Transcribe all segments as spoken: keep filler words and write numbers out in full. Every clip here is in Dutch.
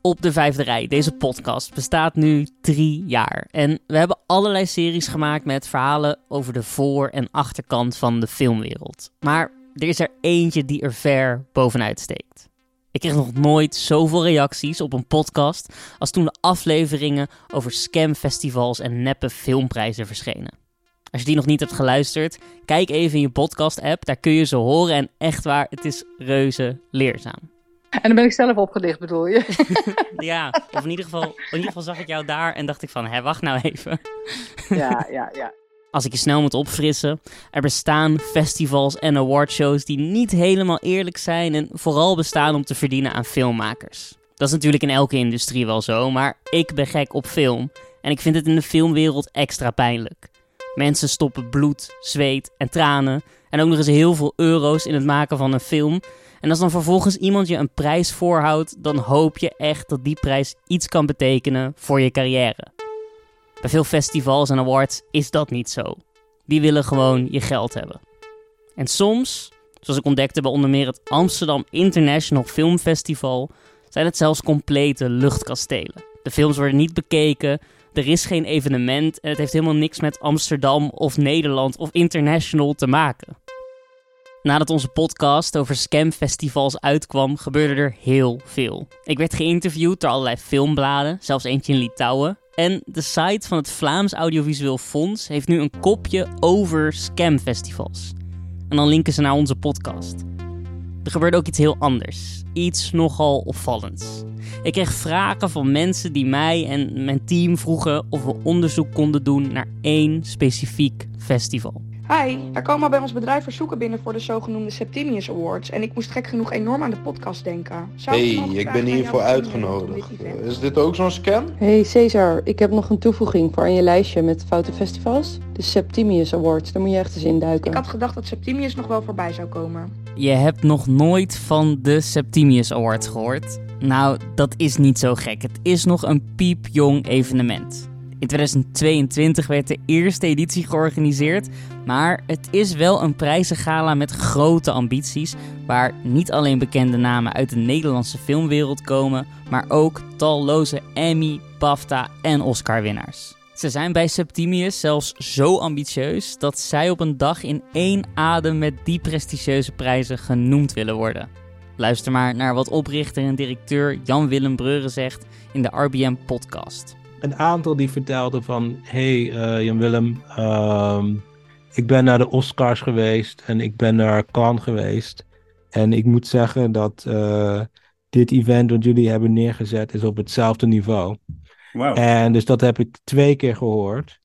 Op de Vijfde Rij, deze podcast, bestaat nu drie jaar. En we hebben allerlei series gemaakt met verhalen over de voor- en achterkant van de filmwereld. Maar er is er eentje die er ver bovenuit steekt. Ik kreeg nog nooit zoveel reacties op een podcast als toen de afleveringen over scamfestivals en neppe filmprijzen verschenen. Als je die nog niet hebt geluisterd, kijk even in je podcast-app, daar kun je ze horen en echt waar, het is reuze leerzaam. En dan ben ik zelf opgelicht, bedoel je? Ja, of in ieder geval, in ieder geval zag ik jou daar en dacht ik van, hé, wacht nou even. Ja, ja, ja. Als ik je snel moet opfrissen, er bestaan festivals en awardshows die niet helemaal eerlijk zijn en vooral bestaan om te verdienen aan filmmakers. Dat is natuurlijk in elke industrie wel zo, maar ik ben gek op film en ik vind het in de filmwereld extra pijnlijk. Mensen stoppen bloed, zweet en tranen en ook nog eens heel veel euro's in het maken van een film. En als dan vervolgens iemand je een prijs voorhoudt, dan hoop je echt dat die prijs iets kan betekenen voor je carrière. Bij veel festivals en awards is dat niet zo. Die willen gewoon je geld hebben. En soms, zoals ik ontdekte bij onder meer het Amsterdam International Film Festival, zijn het zelfs complete luchtkastelen. De films worden niet bekeken, er is geen evenement en het heeft helemaal niks met Amsterdam of Nederland of international te maken. Nadat onze podcast over scamfestivals uitkwam, gebeurde er heel veel. Ik werd geïnterviewd door allerlei filmbladen, zelfs eentje in Litouwen. En de site van het Vlaams Audiovisueel Fonds heeft nu een kopje over scamfestivals. En dan linken ze naar onze podcast. Er gebeurde ook iets heel anders. Iets nogal opvallends. Ik kreeg vragen van mensen die mij en mijn team vroegen of we onderzoek konden doen naar één specifiek festival. Hi, er komen bij ons bedrijf verzoeken binnen voor de zogenoemde Septimius Awards. En ik moest gek genoeg enorm aan de podcast denken. Hé, hey, ik ben hiervoor uitgenodigd. Is dit ook zo'n scam? Hey Cesar, ik heb nog een toevoeging voor aan je lijstje met foute festivals. De Septimius Awards, daar moet je echt eens induiken. Ik had gedacht dat Septimius nog wel voorbij zou komen. Je hebt nog nooit van de Septimius Awards gehoord? Nou, dat is niet zo gek. Het is nog een piepjong evenement. In tweeduizend tweeëntwintig werd de eerste editie georganiseerd, maar het is wel een prijzengala met grote ambities, waar niet alleen bekende namen uit de Nederlandse filmwereld komen, maar ook talloze Emmy, BAFTA en Oscar-winnaars. Ze zijn bij Septimius zelfs zo ambitieus dat zij op een dag in één adem met die prestigieuze prijzen genoemd willen worden. Luister maar naar wat oprichter en directeur Jan-Willem Breuren zegt in de R B M-podcast. Een aantal die vertelden van, hey uh, Jan-Willem, uh, ik ben naar de Oscars geweest en ik ben naar Cannes geweest. En ik moet zeggen dat uh, dit event dat jullie hebben neergezet is op hetzelfde niveau. Wow. En dus dat heb ik twee keer gehoord.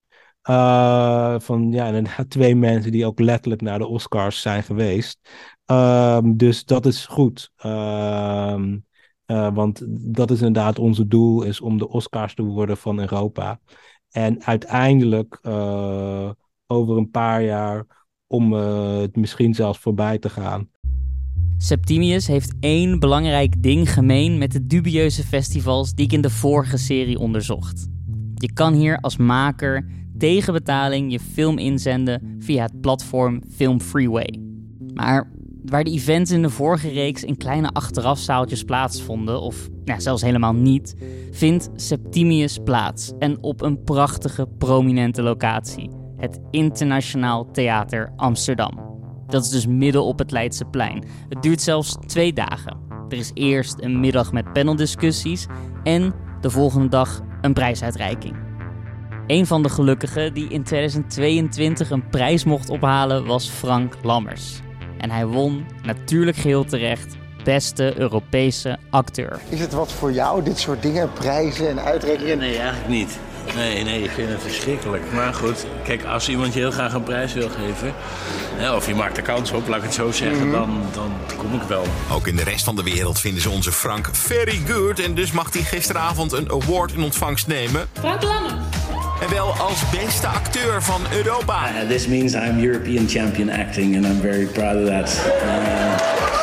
Uh, van ja, inderdaad twee mensen die ook letterlijk naar de Oscars zijn geweest. Uh, dus dat is goed. Uh, Uh, want dat is inderdaad onze doel, is om de Oscars te worden van Europa. En uiteindelijk, uh, over een paar jaar, om uh, het misschien zelfs voorbij te gaan. Septimius heeft één belangrijk ding gemeen met de dubieuze festivals die ik in de vorige serie onderzocht. Je kan hier als maker tegen betaling je film inzenden via het platform Film Freeway. Maar waar de events in de vorige reeks in kleine achterafzaaltjes plaatsvonden, of nou, zelfs helemaal niet, vindt Septimius plaats en op een prachtige, prominente locatie. Het Internationaal Theater Amsterdam. Dat is dus midden op het Leidseplein. Het duurt zelfs twee dagen. Er is eerst een middag met paneldiscussies en de volgende dag een prijsuitreiking. Een van de gelukkigen die in tweeduizend tweeëntwintig een prijs mocht ophalen was Frank Lammers. En hij won, natuurlijk geheel terecht, beste Europese acteur. Is het wat voor jou, dit soort dingen, prijzen en uitreikingen? Nee, eigenlijk niet. Nee, nee, ik vind het verschrikkelijk. Maar goed, kijk, als iemand je heel graag een prijs wil geven, hè, of je maakt de kans op, laat ik het zo zeggen, mm-hmm. dan, dan kom ik wel. Ook in de rest van de wereld vinden ze onze Frank very good. En dus mag hij gisteravond een award in ontvangst nemen. Frank Lammers. En wel als beste acteur van Europa. Uh, this means I'm European champion acting and I'm very proud of that. Uh,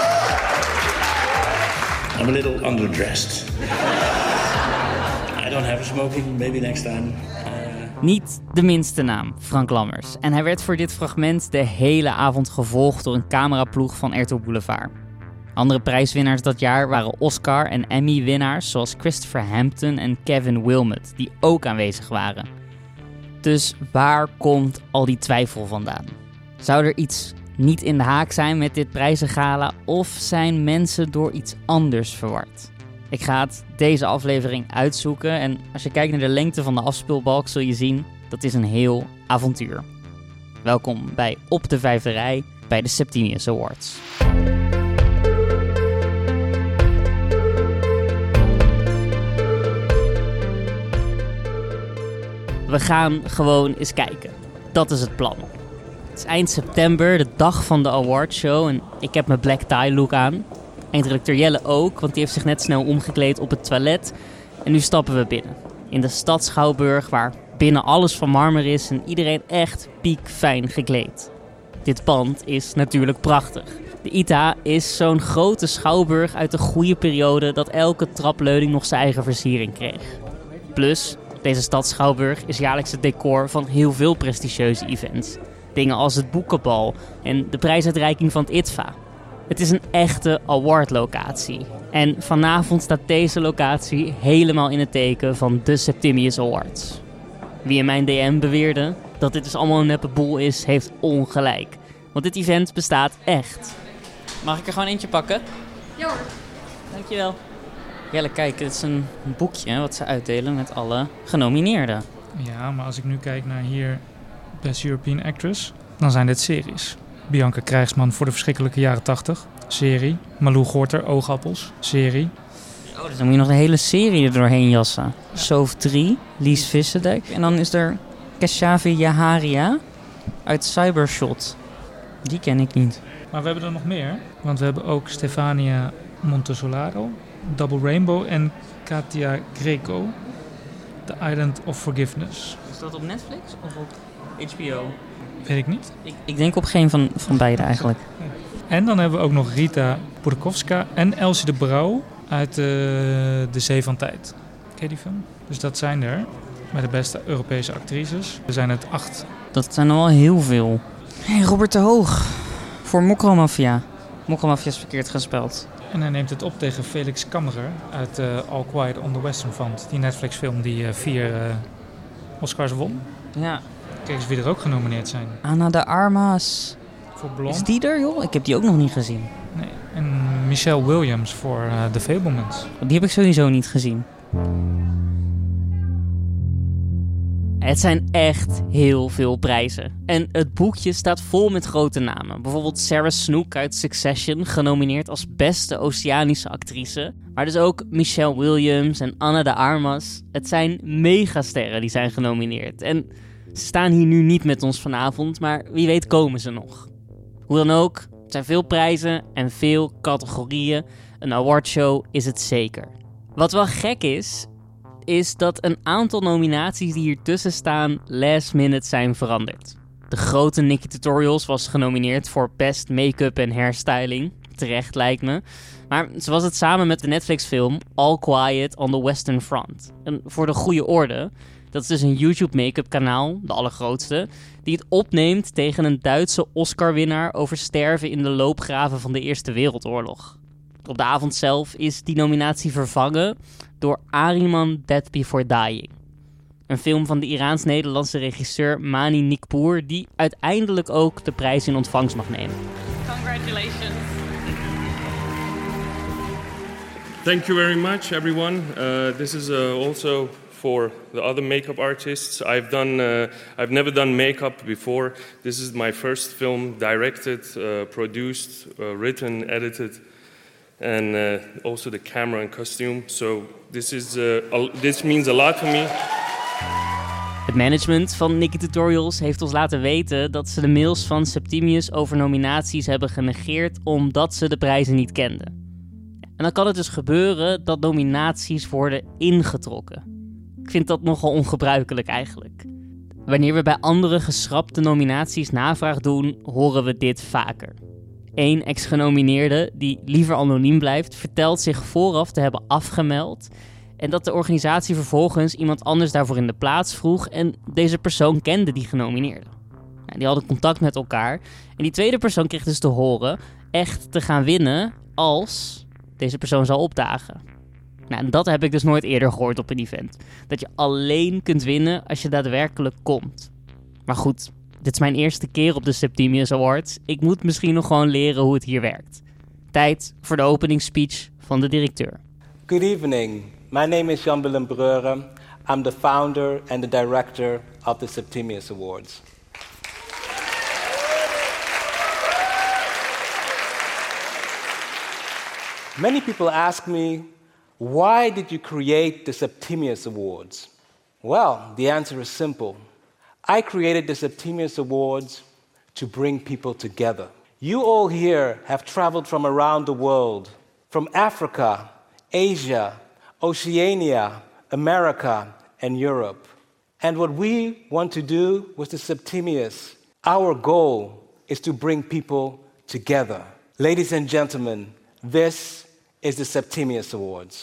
I'm a little underdressed. I don't have a smoking, maybe next time. Uh... Niet de minste naam, Frank Lammers. En hij werd voor dit fragment de hele avond gevolgd door een cameraploeg van R T L Boulevard. Andere prijswinnaars dat jaar waren Oscar- en Emmy-winnaars zoals Christopher Hampton en Kevin Wilmot, die ook aanwezig waren. Dus waar komt al die twijfel vandaan? Zou er iets niet in de haak zijn met dit prijzengala of zijn mensen door iets anders verward? Ik ga het deze aflevering uitzoeken en als je kijkt naar de lengte van de afspeelbalk zul je zien dat is een heel avontuur. Welkom bij Op de Vijfde Rij bij de Septimius Awards. We gaan gewoon eens kijken. Dat is het plan. Het is eind september, de dag van de awardshow en ik heb mijn black tie look aan. Eindredacteur Jelle ook, want die heeft zich net snel omgekleed op het toilet. En nu stappen we binnen. In de stad Schouwburg, waar binnen alles van marmer is en iedereen echt piekfijn gekleed. Dit pand is natuurlijk prachtig. De I T A is zo'n grote schouwburg uit de goede periode dat elke trapleuning nog zijn eigen versiering kreeg. Plus, deze stad Schouwburg is jaarlijks het decor van heel veel prestigieuze events. Dingen als het boekenbal en de prijsuitreiking van het I T V A. Het is een echte awardlocatie. En vanavond staat deze locatie helemaal in het teken van de Septimius Awards. Wie in mijn D M beweerde dat dit dus allemaal een neppe boel is, heeft ongelijk. Want dit event bestaat echt. Mag ik er gewoon eentje pakken? Ja hoor. Dankjewel. Jelle, kijk, het is een boekje wat ze uitdelen met alle genomineerden. Ja, maar als ik nu kijk naar hier Best European Actress, dan zijn dit series. Bianca Krijgsman voor de verschrikkelijke jaren tachtig, serie. Malou Gorter, Oogappels, serie. Oh, dus dan moet je nog de hele serie er doorheen jassen. Ja. Soof drie, Lies Vissendijk. En dan is er Keshavi Jaharia uit Cybershot. Die ken ik niet. Maar we hebben er nog meer, want we hebben ook Stefania Montesolaro, Double Rainbow en Katia Greco, The Island of Forgiveness. Is dat op Netflix of op H B O? Weet ik niet. Ik, ik denk op geen van, van beide eigenlijk. En dan hebben we ook nog Rita Purkowska en Elsie de Brouw uit uh, De Zee van Tijd. Ken je die film? Dus dat zijn er, met de beste Europese actrices. Er zijn het acht. Dat zijn er al heel veel. Hey, Robert de Hoog voor Mokromafia. Mokromafia is verkeerd gespeld. En hij neemt het op tegen Felix Kammerer uit uh, All Quiet on the Western Front. Die Netflix-film die uh, vier uh, Oscars won. Ja. Kijk eens wie er ook genomineerd zijn. Ana de Armas. Voor Blond. Is die er, joh? Ik heb die ook nog niet gezien. Nee. En Michelle Williams voor uh, The Fabelmans. Die heb ik sowieso niet gezien. Het zijn echt heel veel prijzen. En het boekje staat vol met grote namen. Bijvoorbeeld Sarah Snook uit Succession, genomineerd als beste Oceanische actrice. Maar dus ook Michelle Williams en Ana de Armas. Het zijn megasterren die zijn genomineerd. En ze staan hier nu niet met ons vanavond, maar wie weet komen ze nog. Hoe dan ook, het zijn veel prijzen en veel categorieën. Een awardshow is het zeker. Wat wel gek is, is dat een aantal nominaties die hier tussen staan last minute zijn veranderd. De grote Nikki Tutorials was genomineerd voor Best Make-up en Hairstyling. Terecht lijkt me. Maar ze was het samen met de Netflix-film All Quiet on the Western Front. En voor de goede orde, dat is dus een YouTube make-up kanaal, de allergrootste, die het opneemt tegen een Duitse Oscar-winnaar over sterven in de loopgraven van de Eerste Wereldoorlog. Op de avond zelf is die nominatie vervangen door Ahriman Death Before Dying. Een film van de Iraans-Nederlandse regisseur Mani Nikpour, die uiteindelijk ook de prijs in ontvangst mag nemen. Congratulations. Thank you very much, everyone. Uh, this is uh, also for the other makeup artists. I've done, uh, I've never done makeup before. This is my first film, directed, uh, produced, uh, written, edited. And uh, also the camera and costume. So this is uh, a, this means a lot to me. Het management van Nikki Tutorials heeft ons laten weten dat ze de mails van Septimius over nominaties hebben genegeerd omdat ze de prijzen niet kenden. En dan kan het dus gebeuren dat nominaties worden ingetrokken. Ik vind dat nogal ongebruikelijk eigenlijk. Wanneer we bij andere geschrapte nominaties navraag doen, horen we dit vaker. Eén ex-genomineerde, die liever anoniem blijft, vertelt zich vooraf te hebben afgemeld en dat de organisatie vervolgens iemand anders daarvoor in de plaats vroeg en deze persoon kende die genomineerde. Nou, die hadden contact met elkaar en die tweede persoon kreeg dus te horen echt te gaan winnen als deze persoon zal opdagen. Nou, en dat heb ik dus nooit eerder gehoord op een event. Dat je alleen kunt winnen als je daadwerkelijk komt. Maar goed, dit is mijn eerste keer op de Septimius Awards. Ik moet misschien nog gewoon leren hoe het hier werkt. Tijd voor de opening speech van de directeur. Good evening. My name is Jan Willem Breuren. I'm the founder and the director of the Septimius Awards. Many people ask me, why did you create the Septimius Awards? Well, the answer is simple. I created the Septimius Awards to bring people together. You all here have traveled from around the world, from Africa, Asia, Oceania, America, and Europe. And what we want to do with the Septimius, our goal is to bring people together. Ladies and gentlemen, this is the Septimius Awards.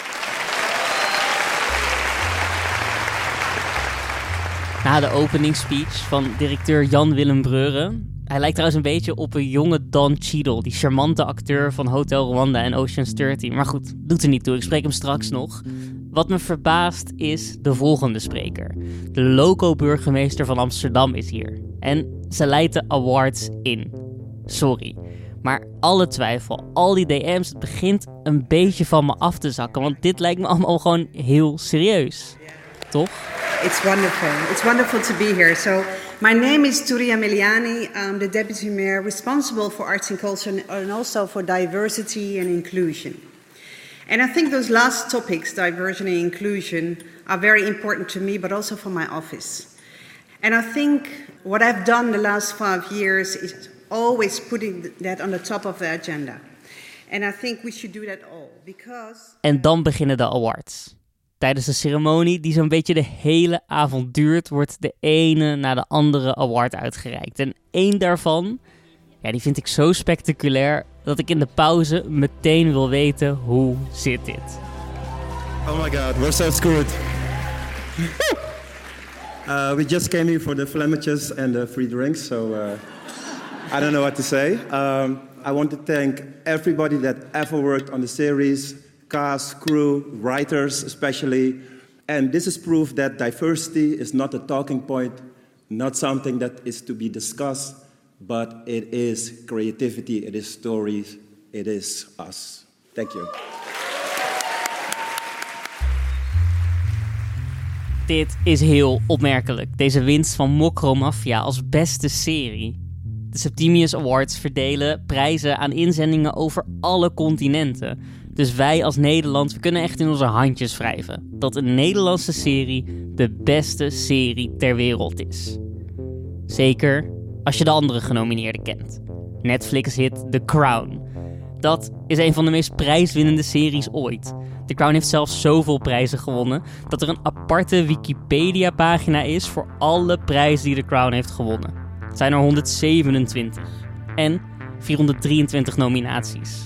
Na de opening speech van directeur Jan Willem Breuren. Hij lijkt trouwens een beetje op een jonge Don Cheadle, die charmante acteur van Hotel Rwanda en Ocean's dertien. Maar goed, doet er niet toe, ik spreek hem straks nog. Wat me verbaast is de volgende spreker. De loco-burgemeester van Amsterdam is hier. En ze leidt de awards in. Sorry. Maar alle twijfel, al die D M's, het begint een beetje van me af te zakken. Want dit lijkt me allemaal gewoon heel serieus. Toch? It's wonderful. It's wonderful to be here. So, my name is Turia Meliani. I'm the Deputy Mayor responsible for arts and culture and also for diversity and inclusion. And I think those last topics, diversity and inclusion, are very important to me, but also for my office. And I think what I've done the last five years is always putting that on the top of the agenda. And I think we should do that all, because... En dan beginnen de awards. Tijdens de ceremonie, die zo'n beetje de hele avond duurt, wordt de ene na de andere award uitgereikt. En één daarvan, ja, die vind ik zo spectaculair dat ik in de pauze meteen wil weten, hoe zit dit? Oh my god, we're so screwed. uh, we just came here for the flammages and the free drinks, so uh, I don't know what to say. Um, I want to thank everybody that ever worked on the series, cast, crew, writers especially. And this is proof that diversity is not a talking point, not something that is to be discussed, but it is creativity, it is stories, it is us. Thank you. Dit is heel opmerkelijk, deze winst van Mokromafia als beste serie. De Septimius Awards verdelen prijzen aan inzendingen over alle continenten. Dus wij als Nederland, we kunnen echt in onze handjes wrijven dat een Nederlandse serie de beste serie ter wereld is. Zeker als je de andere genomineerden kent. Netflix-hit The Crown. Dat is een van de meest prijswinnende series ooit. The Crown heeft zelfs zoveel prijzen gewonnen dat er een aparte Wikipedia-pagina is voor alle prijzen die The Crown heeft gewonnen. Het zijn er honderdzevenentwintig en vierhonderddrieëntwintig nominaties.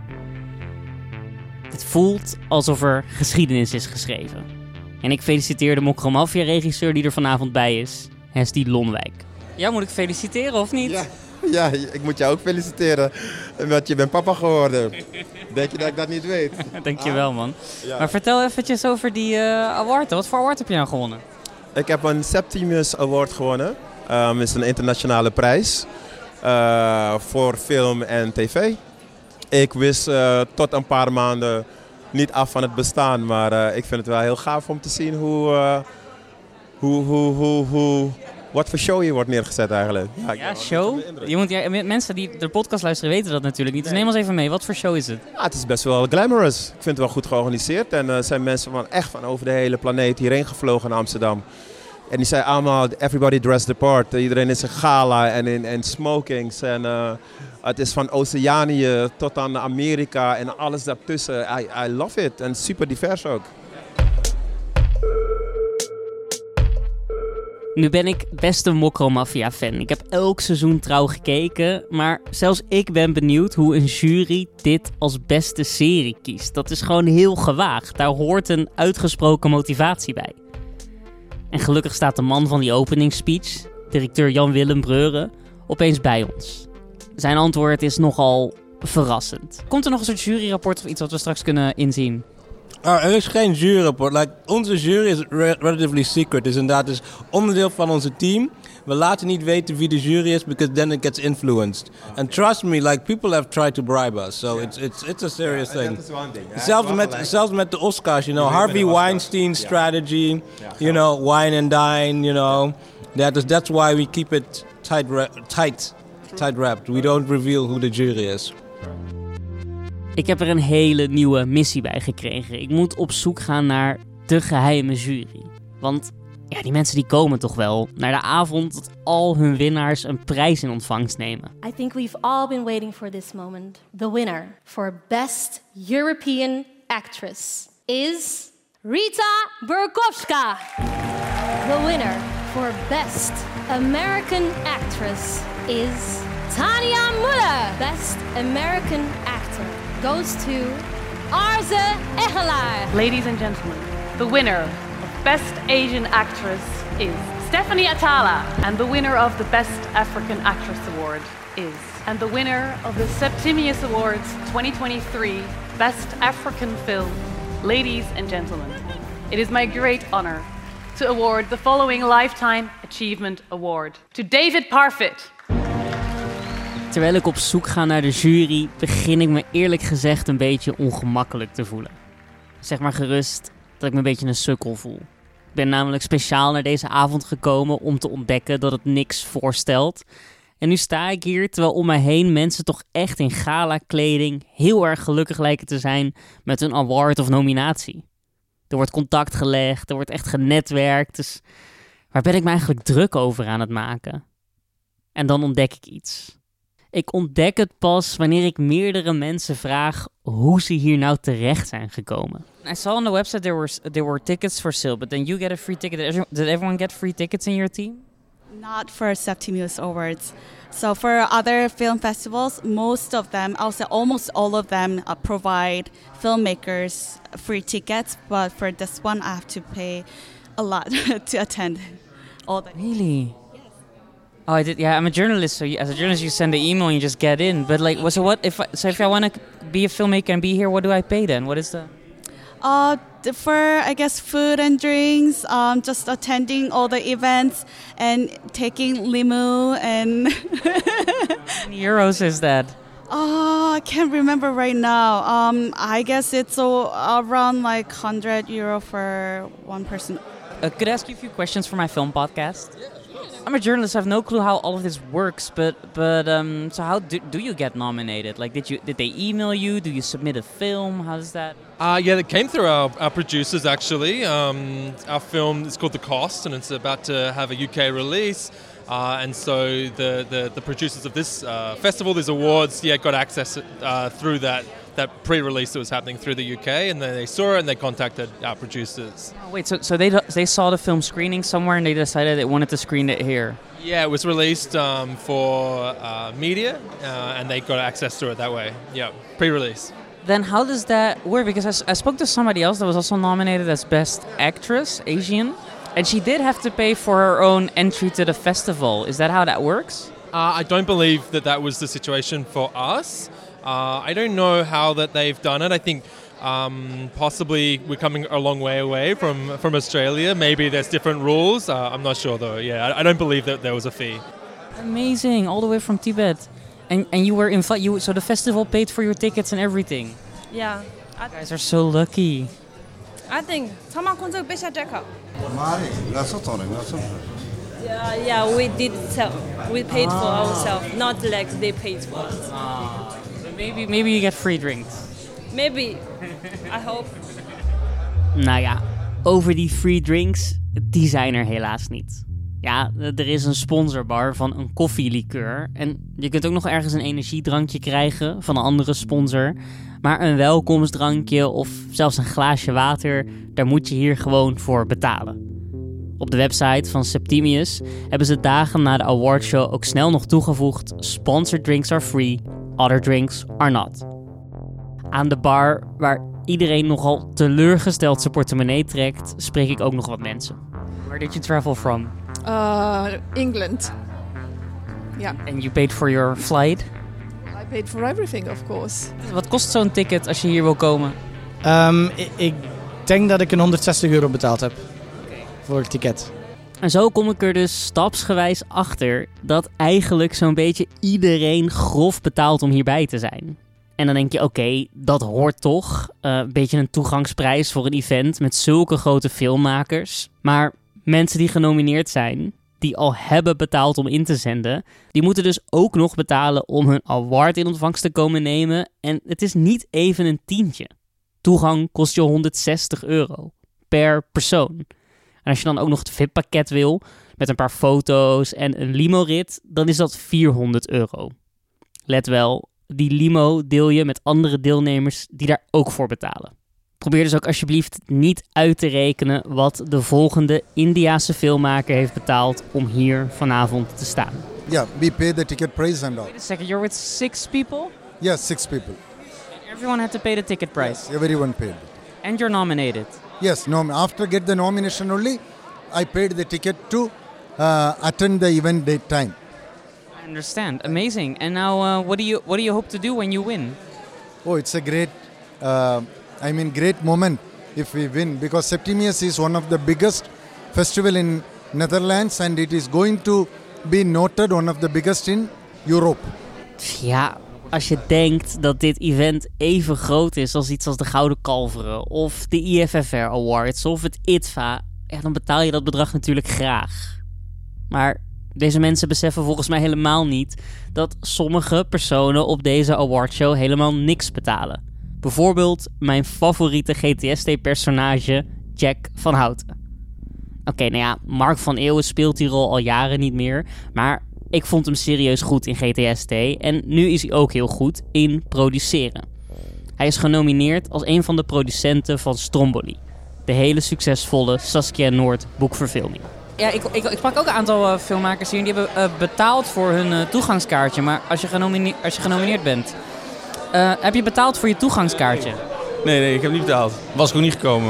Het voelt alsof er geschiedenis is geschreven. En ik feliciteer de Mokromafia-regisseur die er vanavond bij is, Hesti Lonwijk. Jou moet ik feliciteren, of niet? Ja, ja, ik moet jou ook feliciteren, want je bent papa geworden. Denk je dat ik dat niet weet? Dankjewel, man. Ja. Maar vertel eventjes over die uh, award. Wat voor award heb je nou gewonnen? Ik heb een Septimius Award gewonnen. Het um, is een internationale prijs uh, voor film en tv. Ik wist uh, tot een paar maanden niet af van het bestaan, maar uh, ik vind het wel heel gaaf om te zien hoe, uh, hoe, hoe, hoe, hoe, wat voor show je wordt neergezet eigenlijk. Ja, ja show? Je moet, ja, mensen die de podcast luisteren weten dat natuurlijk niet, dus neem ons even mee. Wat voor show is het? Ja, het is best wel glamorous. Ik vind het wel goed georganiseerd en er uh, zijn mensen van echt van over de hele planeet hierheen gevlogen naar Amsterdam. En die zijn allemaal, everybody dressed the part. Iedereen is in gala en in, in smokings. En uh, het is van Oceanië tot aan Amerika en alles daartussen. I, I love it. En super divers ook. Nu ben ik best een Mokromafia-fan. Ik heb elk seizoen trouw gekeken. Maar zelfs ik ben benieuwd hoe een jury dit als beste serie kiest. Dat is gewoon heel gewaagd. Daar hoort een uitgesproken motivatie bij. En gelukkig staat de man van die openingsspeech, directeur Jan Willem Breuren, opeens bij ons. Zijn antwoord is nogal verrassend. Komt er nog een soort juryrapport of iets wat we straks kunnen inzien? Uh, er is geen juryrapport. Like, onze jury is re- relatively secret. Dus inderdaad, is onderdeel van onze team. We laten niet weten wie de jury is, because then it gets influenced. And trust me, like, people have tried to bribe us. So yeah. it's, it's, it's a serious yeah, thing. Dat is one thing. Zelfs met, like, zelfs met de Oscars, you know, Harvey Weinstein's yeah. strategy, yeah. you know, wine and dine, you know. That is, that's why we keep it tight, tight, tight-wrapped. We don't reveal who the jury is. Ik heb er een hele nieuwe missie bij gekregen. Ik moet op zoek gaan naar de geheime jury. Want ja, die mensen die komen toch wel naar de avond dat al hun winnaars een prijs in ontvangst nemen. I think we've all been waiting for this moment. The winner for Best European Actress is Rita Burkowska. The winner for Best American Actress is Tania Muller. Best American Actor goes to Arze Egelaar. Ladies and gentlemen, the winner of Best Asian Actress is Stephanie Atala. And the winner of the Best African Actress Award is... And the winner of the Septimius Awards twenty twenty-three Best African Film. Ladies and gentlemen, it is my great honor to award the following Lifetime Achievement Award to David Parfit. Terwijl ik op zoek ga naar de jury, begin ik me eerlijk gezegd een beetje ongemakkelijk te voelen. Zeg maar gerust dat ik me een beetje een sukkel voel. Ik ben namelijk speciaal naar deze avond gekomen om te ontdekken dat het niks voorstelt. En nu sta ik hier terwijl om mij heen mensen toch echt in gala-kleding heel erg gelukkig lijken te zijn met een award of nominatie. Er wordt contact gelegd, er wordt echt genetwerkt. Dus waar ben ik me eigenlijk druk over aan het maken? En dan ontdek ik iets. Ik ontdek het pas wanneer ik meerdere mensen vraag hoe ze hier nou terecht zijn gekomen. I saw on the website there were there were tickets for sale, but then you get a free ticket. Did everyone get free tickets in your team? Not for Septimius Awards. So for other film festivals, most of them, also almost all of them, uh, provide filmmakers free tickets. But for this one, I have to pay a lot to attend. All the really? Oh, I did. Yeah, I'm a journalist. So you, as a journalist, you send the email and you just get in. But like, so what if? I, so if I want to be a filmmaker and be here, what do I pay then? What is the? Uh, for I guess food and drinks. Um, just attending all the events and taking limo and. How many euros is that? Oh, I can't remember right now. Um, I guess it's all around like one hundred euro for one person. Uh, could I ask you a few questions for my film podcast? I'm a journalist. I have no clue how all of this works, but but um, so how do, do you get nominated? Like, did you did they email you? Do you submit a film? How does that? Uh, yeah, that came through our, our producers actually. Um, our film is called The Cost, and it's about to have a U K release. Uh, and so the, the, the producers of this uh, festival, these awards, yeah, got access uh, through that. that pre-release that was happening through the U K, and then they saw it and they contacted our producers. Oh, wait, so so they they saw the film screening somewhere and they decided they wanted to screen it here? Yeah, it was released um, for uh, media, uh, and they got access to it that way. Yeah, pre-release. Then how does that work? Because I, I spoke to somebody else that was also nominated as Best Actress, Asian, and she did have to pay for her own entry to the festival. Is that how that works? Uh, I don't believe that that was the situation for us. Uh, I don't know how that they've done it. I think um, possibly we're coming a long way away from, from Australia. Maybe there's different rules. Uh, I'm not sure though. Yeah, I, I don't believe that there was a fee. Amazing, all the way from Tibet, and and you were invited. You so the festival paid for your tickets and everything. Yeah, I you guys are so lucky. I think. Yeah, yeah, we did sell. We paid ah. for ourselves, not like they paid for us. Ah. Maybe, maybe you get free drinks. Maybe. I hope. Nou ja, over die free drinks, die zijn er helaas niet. Ja, er is een sponsorbar van een koffielikeur. En je kunt ook nog ergens een energiedrankje krijgen van een andere sponsor. Maar een welkomstdrankje of zelfs een glaasje water, daar moet je hier gewoon voor betalen. Op de website van Septimius hebben ze dagen na de awardshow ook snel nog toegevoegd: sponsored drinks are free, other drinks are not. Aan de bar, waar iedereen nogal teleurgesteld zijn portemonnee trekt, spreek ik ook nog wat mensen. Where did you travel from? Uh, England. Yeah. And you paid for your flight? I paid for everything, of course. Wat kost zo'n ticket als je hier wil komen? Um, ik, ik denk dat ik een honderdzestig euro betaald heb okay. voor het ticket. En zo kom ik er dus stapsgewijs achter dat eigenlijk zo'n beetje iedereen grof betaalt om hierbij te zijn. En dan denk je, oké, okay, dat hoort toch. Uh, een beetje een toegangsprijs voor een event met zulke grote filmmakers. Maar mensen die genomineerd zijn, die al hebben betaald om in te zenden, die moeten dus ook nog betalen om hun award in ontvangst te komen nemen. En het is niet even een tientje. Toegang kost je honderdzestig euro per persoon. En als je dan ook nog het V I P-pakket wil, met een paar foto's en een limo-rit, dan is dat vierhonderd euro. Let wel, die limo deel je met andere deelnemers die daar ook voor betalen. Probeer dus ook alsjeblieft niet uit te rekenen wat de volgende Indiase filmmaker heeft betaald om hier vanavond te staan. Yeah, we pay the ticket price and all. Wait a second, you're with six people? Yes, six people. Everyone had to pay the ticket price? Yes, everyone paid. And you're nominated? Yes, nom- after get the nomination only, I paid the ticket to uh, attend the event date time. I understand. Amazing. And now, uh, what do you what do you hope to do when you win? Oh, it's a great, uh, I mean, great moment if we win, because Septimius is one of the biggest festival in Netherlands, and it is going to be noted one of the biggest in Europe. Ja, als je denkt dat dit event even groot is als iets als de Gouden Kalveren of de I F F R Awards of het I T F A, ja, dan betaal je dat bedrag natuurlijk graag. Maar deze mensen beseffen volgens mij helemaal niet dat sommige personen op deze awardshow helemaal niks betalen. Bijvoorbeeld mijn favoriete G T S T-personage Jack van Houten. Oké, okay, nou ja, Mark van Eeuwen speelt die rol al jaren niet meer, maar ik vond hem serieus goed in G T S T en nu is hij ook heel goed in produceren. Hij is genomineerd als een van de producenten van Stromboli, de hele succesvolle Saskia Noord boekverfilming. Ja, ik, ik, ik sprak ook een aantal uh, filmmakers hier. Die hebben uh, betaald voor hun uh, toegangskaartje. Maar als je, genomineerd, als je genomineerd bent, uh, heb je betaald voor je toegangskaartje? Nee, nee, ik heb niet betaald. Was ik ook niet gekomen.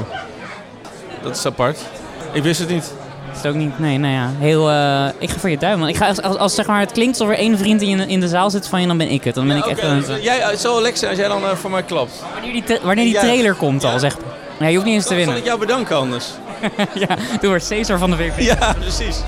Dat is apart. Ik wist het niet. Dat is ook niet. Nee, nou ja. Heel, uh, ik ga voor je duim. Want ik ga, als, als, als zeg maar, het klinkt alsof er één vriend in, in de zaal zit van je, dan ben ik het. Dan ben ja, ik okay. echt. Uh, jij, het zou wel lekker zijn als jij dan uh, voor mij klapt. Wanneer die, tra- wanneer die ja. trailer komt al, zeg. Ja, je hoeft niet eens te winnen. Zal ik jou bedanken anders? Ja, doe maar. Cesar van de W P. Ja, precies.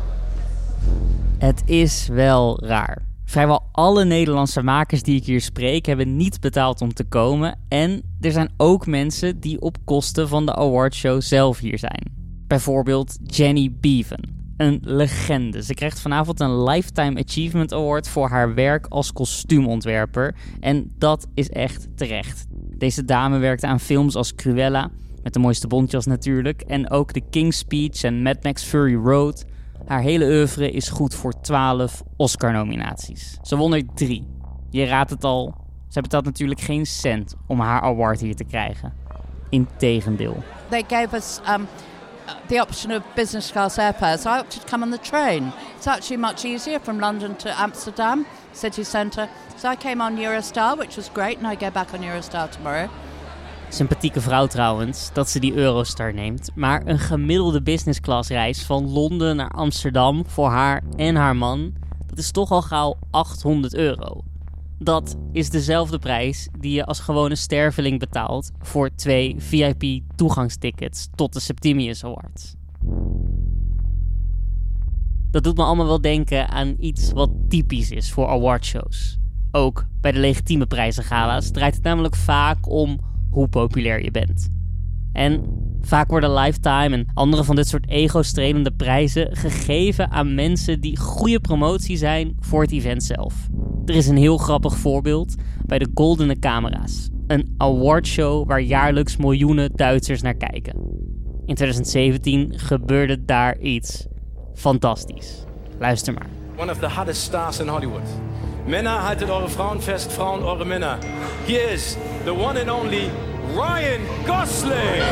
Het is wel raar. Vrijwel alle Nederlandse makers die ik hier spreek hebben niet betaald om te komen. En er zijn ook mensen die op kosten van de awardshow zelf hier zijn. Bijvoorbeeld Jenny Beaven, een legende. Ze krijgt vanavond een Lifetime Achievement Award voor haar werk als kostuumontwerper. En dat is echt terecht. Deze dame werkte aan films als Cruella, met de mooiste bontjas natuurlijk, en ook The King's Speech en Mad Max Fury Road. Haar hele oeuvre is goed voor twaalf Oscar-nominaties. Ze won er drie. Je raadt het al, ze betaalt natuurlijk geen cent om haar award hier te krijgen. Integendeel. They gave us um, the option of business class airfare, so I opted to come on the train. It's actually much easier from London to Amsterdam, city centre. So I came on Eurostar, which was great, and I go back on Eurostar tomorrow. Sympathieke vrouw trouwens, dat ze die Eurostar neemt. Maar een gemiddelde business class reis van Londen naar Amsterdam voor haar en haar man, dat is toch al gauw achthonderd euro. Dat is dezelfde prijs die je als gewone sterveling betaalt voor twee V I P toegangstickets tot de Septimius Awards. Dat doet me allemaal wel denken aan iets wat typisch is voor awardshows. Ook bij de legitieme prijzengala's draait het namelijk vaak om hoe populair je bent. En vaak worden Lifetime en andere van dit soort ego-strelende prijzen gegeven aan mensen die goede promotie zijn voor het event zelf. Er is een heel grappig voorbeeld bij de Goldene Camera's, een awardshow waar jaarlijks miljoenen Duitsers naar kijken. In twintig zeventien gebeurde daar iets fantastisch. Luister maar. One of the hottest stars in Hollywood. Männer, haltet eure Frauen fest, Frauen eure Männer. Hier is the one and only Ryan Gosling.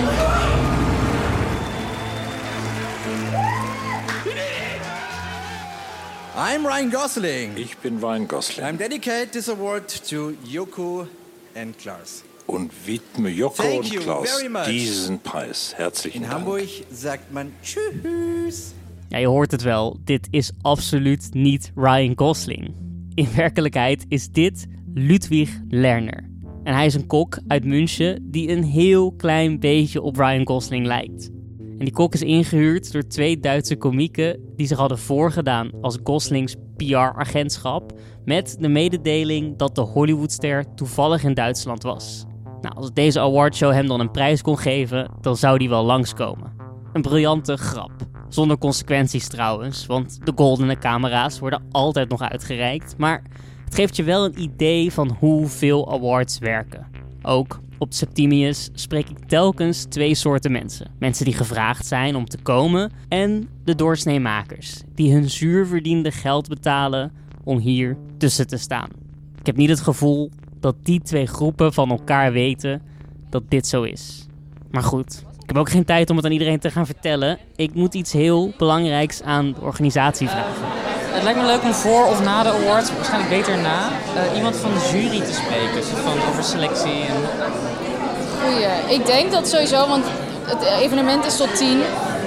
I'm Ryan Gosling. Ich bin Ryan Gosling. I'm dedicate this award to Joko and Klaus. Und widme Joko Thank und you Klaus very much. diesen Preis. Herzlichen In Dank. Hamburg sagt man Tschüss. Ja, je hoort het wel. Dit is absoluut niet Ryan Gosling. In werkelijkheid is dit Ludwig Lerner. En hij is een kok uit München die een heel klein beetje op Ryan Gosling lijkt. En die kok is ingehuurd door twee Duitse komieken die zich hadden voorgedaan als Goslings P R-agentschap met de mededeling dat de Hollywoodster toevallig in Duitsland was. Nou, als deze awardshow hem dan een prijs kon geven, dan zou die wel langskomen. Een briljante grap. Zonder consequenties trouwens, want de goldene camera's worden altijd nog uitgereikt. Maar het geeft je wel een idee van hoeveel awards werken. Ook op Septimius spreek ik telkens twee soorten mensen. Mensen die gevraagd zijn om te komen en de doorsneemakers. Die hun zuurverdiende geld betalen om hier tussen te staan. Ik heb niet het gevoel dat die twee groepen van elkaar weten dat dit zo is. Maar goed, ik heb ook geen tijd om het aan iedereen te gaan vertellen. Ik moet iets heel belangrijks aan de organisatie vragen. Het lijkt me leuk om voor of na de awards, waarschijnlijk beter na, uh, iemand van de jury te spreken. Dus van over selectie. En... Goeie. Ik denk dat sowieso, want het evenement is tot tien.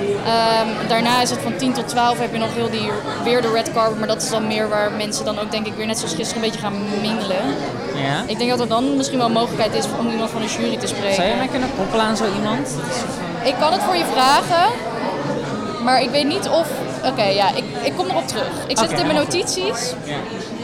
Um, daarna is het van tien tot twaalf heb je nog heel die, weer de red carpet. Maar dat is dan meer waar mensen dan ook denk ik weer net zoals gisteren een beetje gaan mingelen. Ja. Ik denk dat er dan misschien wel een mogelijkheid is om iemand van de jury te spreken. Zou je mij kunnen koppelen aan zo iemand? Ik kan het voor je vragen. Maar ik weet niet of... Oké, okay, ja, ik, ik kom erop terug. Ik zet okay, het in mijn notities. Ja.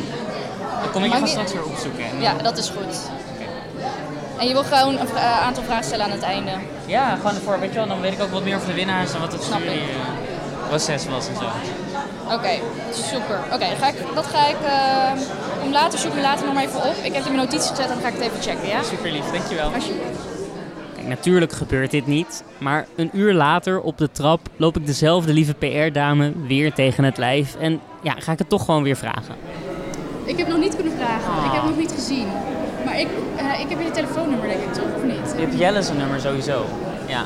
Dan kom ik je van straks weer opzoeken. En... Ja, dat is goed. Okay. En je wil gewoon een vra- aantal vragen stellen aan het einde? Ja, gewoon ervoor, weet je wel. Dan weet ik ook wat meer over de winnaars en wat het jury uh, proces was en zo. Oké, okay, super. Oké, okay, ga ik, dat ga ik... Uh, om later zoeken we later nog maar even op. Ik heb het in mijn notities gezet en dan ga ik het even checken, ja? Super lief, dankjewel. Alsjeblieft. Kijk, natuurlijk gebeurt dit niet, maar een uur later op de trap loop ik dezelfde lieve P R-dame weer tegen het lijf en ja, ga ik het toch gewoon weer vragen. Ik heb nog niet kunnen vragen, oh. Ik heb nog niet gezien. Maar ik, uh, ik heb je telefoonnummer denk ik toch, of niet? Je hebt Jelle's nummer sowieso, ja.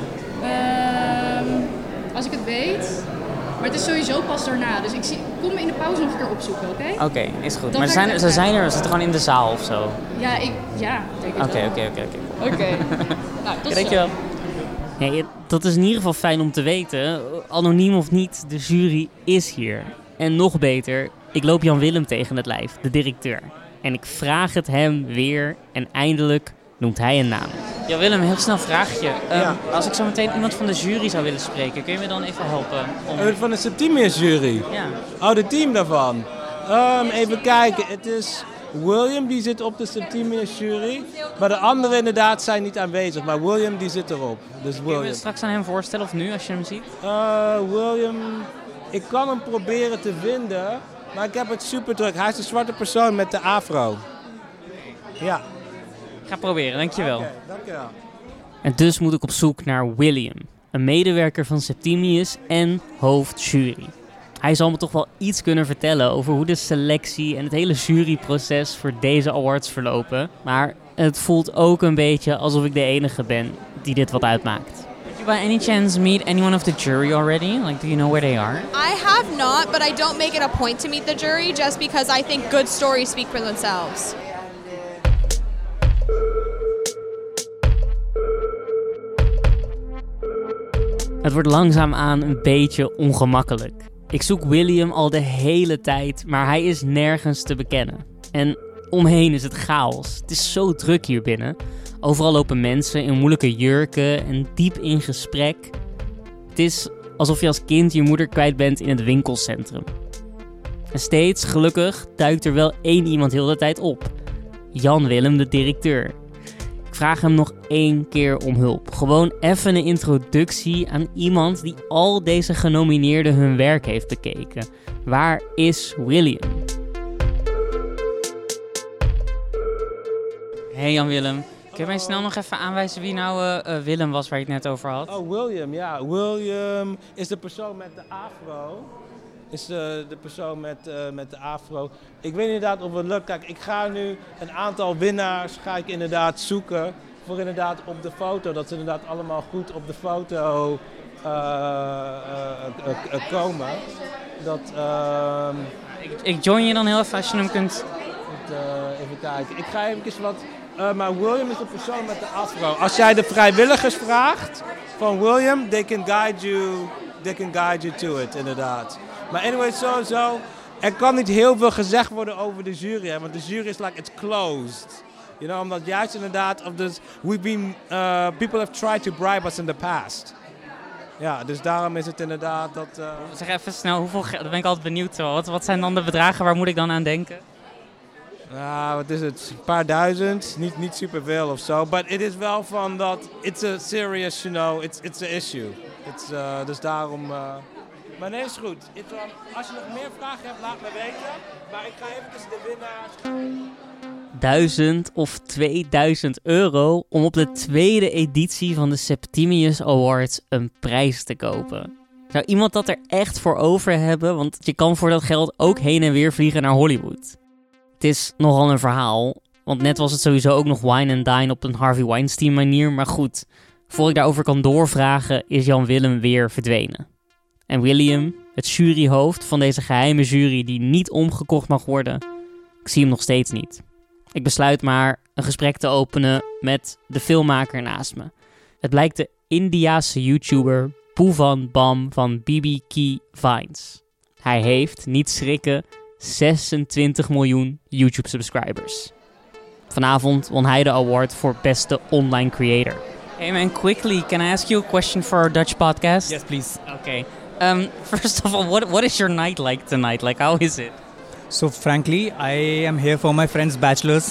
Uh, als ik het weet, maar het is sowieso pas daarna, dus ik zie, kom me in de pauze nog een keer opzoeken, oké? Okay? Oké, okay, is goed. Dan maar zijn, ze zijn er, ze zitten gewoon in de zaal of zo? Ja, ik, ja, denk ik okay, wel. Oké, oké, oké. Oké, nou, tot dankjewel. Ja, dat is in ieder geval fijn om te weten. Anoniem of niet, de jury is hier. En nog beter, ik loop Jan Willem tegen het lijf, de directeur. En ik vraag het hem weer en eindelijk noemt hij een naam. Ja, Willem, heel snel vraagje. Um, ja. Als ik zo meteen iemand van de jury zou willen spreken, kun je me dan even helpen? Om... Van de Septimius jury? Ja. Oh, het team daarvan? Um, even kijken, het is William die zit op de Septimius jury. Maar de anderen inderdaad zijn niet aanwezig. Maar William die zit erop. Dus William. Kun je me straks aan hem voorstellen of nu als je hem ziet? Uh, William, ik kan hem proberen te vinden. Maar ik heb het super druk. Hij is een zwarte persoon met de afro. Ja. Ik ga proberen, dankjewel. Oké, okay, dankjewel. En dus moet ik op zoek naar William. Een medewerker van Septimius en hoofdjury. Hij zal me toch wel iets kunnen vertellen over hoe de selectie en het hele juryproces voor deze awards verlopen. Maar het voelt ook een beetje alsof ik de enige ben die dit wat uitmaakt. Did you by any chance meet anyone of the jury already? Like, do you know where they are? I have not, but I don't make it a point to meet the jury just because I think good stories speak for themselves. Het wordt langzaamaan een beetje ongemakkelijk. Ik zoek William al de hele tijd, maar hij is nergens te bekennen. En omheen is het chaos. Het is zo druk hier binnen. Overal lopen mensen in moeilijke jurken en diep in gesprek. Het is alsof je als kind je moeder kwijt bent in het winkelcentrum. En steeds, gelukkig, duikt er wel één iemand heel de tijd op. Jan Willem, de directeur. Ik vraag hem nog één keer om hulp. Gewoon even een introductie aan iemand die al deze genomineerden hun werk heeft bekeken. Waar is William? Hey Jan Willem. Kun je mij snel nog even aanwijzen wie nou uh, uh, Willem was waar je het net over had? Oh, William, ja. William is de persoon met de afro. Is de, de persoon met, uh, met de afro. Ik weet inderdaad of het lukt. Kijk, ik ga nu een aantal winnaars ga ik inderdaad zoeken voor inderdaad op de foto. Dat ze inderdaad allemaal goed op de foto uh, uh, uh, uh, komen. Dat, uh, ik, ik join je dan heel even als je hem kunt... Uh, even kijken. Ik ga even wat... Uh, maar William is de persoon met de afro. Als jij de vrijwilligers vraagt van William, they can guide you, they can guide you to it, inderdaad. Maar anyway, sowieso, er kan niet heel veel gezegd worden over de jury. Hè, want de jury is like, it's closed. You know, omdat juist inderdaad, of this, we've been, uh, people have tried to bribe us in the past. Ja, dus daarom is het inderdaad dat... Uh... Zeg even snel, hoeveel geld, daar ben ik altijd benieuwd. Wat, wat zijn dan de bedragen, waar moet ik dan aan denken? Nou, wat is het? Een paar duizend, niet, niet superveel of zo. Maar het is wel van dat, it's a serious, you know, it's, it's an issue. It's, uh, dus daarom... Uh... Maar nee, is goed. It, um, als je nog meer vragen hebt, laat me weten. Maar ik ga even de winnaars... duizend of tweeduizend euro om op de tweede editie van de Septimius Awards een prijs te kopen. Zou iemand dat er echt voor over hebben? Want je kan voor dat geld ook heen en weer vliegen naar Hollywood. Het is nogal een verhaal, want net was het sowieso ook nog wine and dine op een Harvey Weinstein manier. Maar goed, voor ik daarover kan doorvragen is Jan Willem weer verdwenen. En William, het juryhoofd van deze geheime jury die niet omgekocht mag worden, ik zie hem nog steeds niet. Ik besluit maar een gesprek te openen met de filmmaker naast me. Het blijkt de Indiase YouTuber Bhuvan Bam van B B Key Vines. Hij heeft, niet schrikken, zesentwintig miljoen YouTube-subscribers. Vanavond won hij de award voor beste online creator. Hey man, quickly, can I ask you a question for our Dutch podcast? Yes, please. Okay. Um, first of all, what what is your night like tonight? Like, how is it? So frankly, I am here for my friend's bachelor's.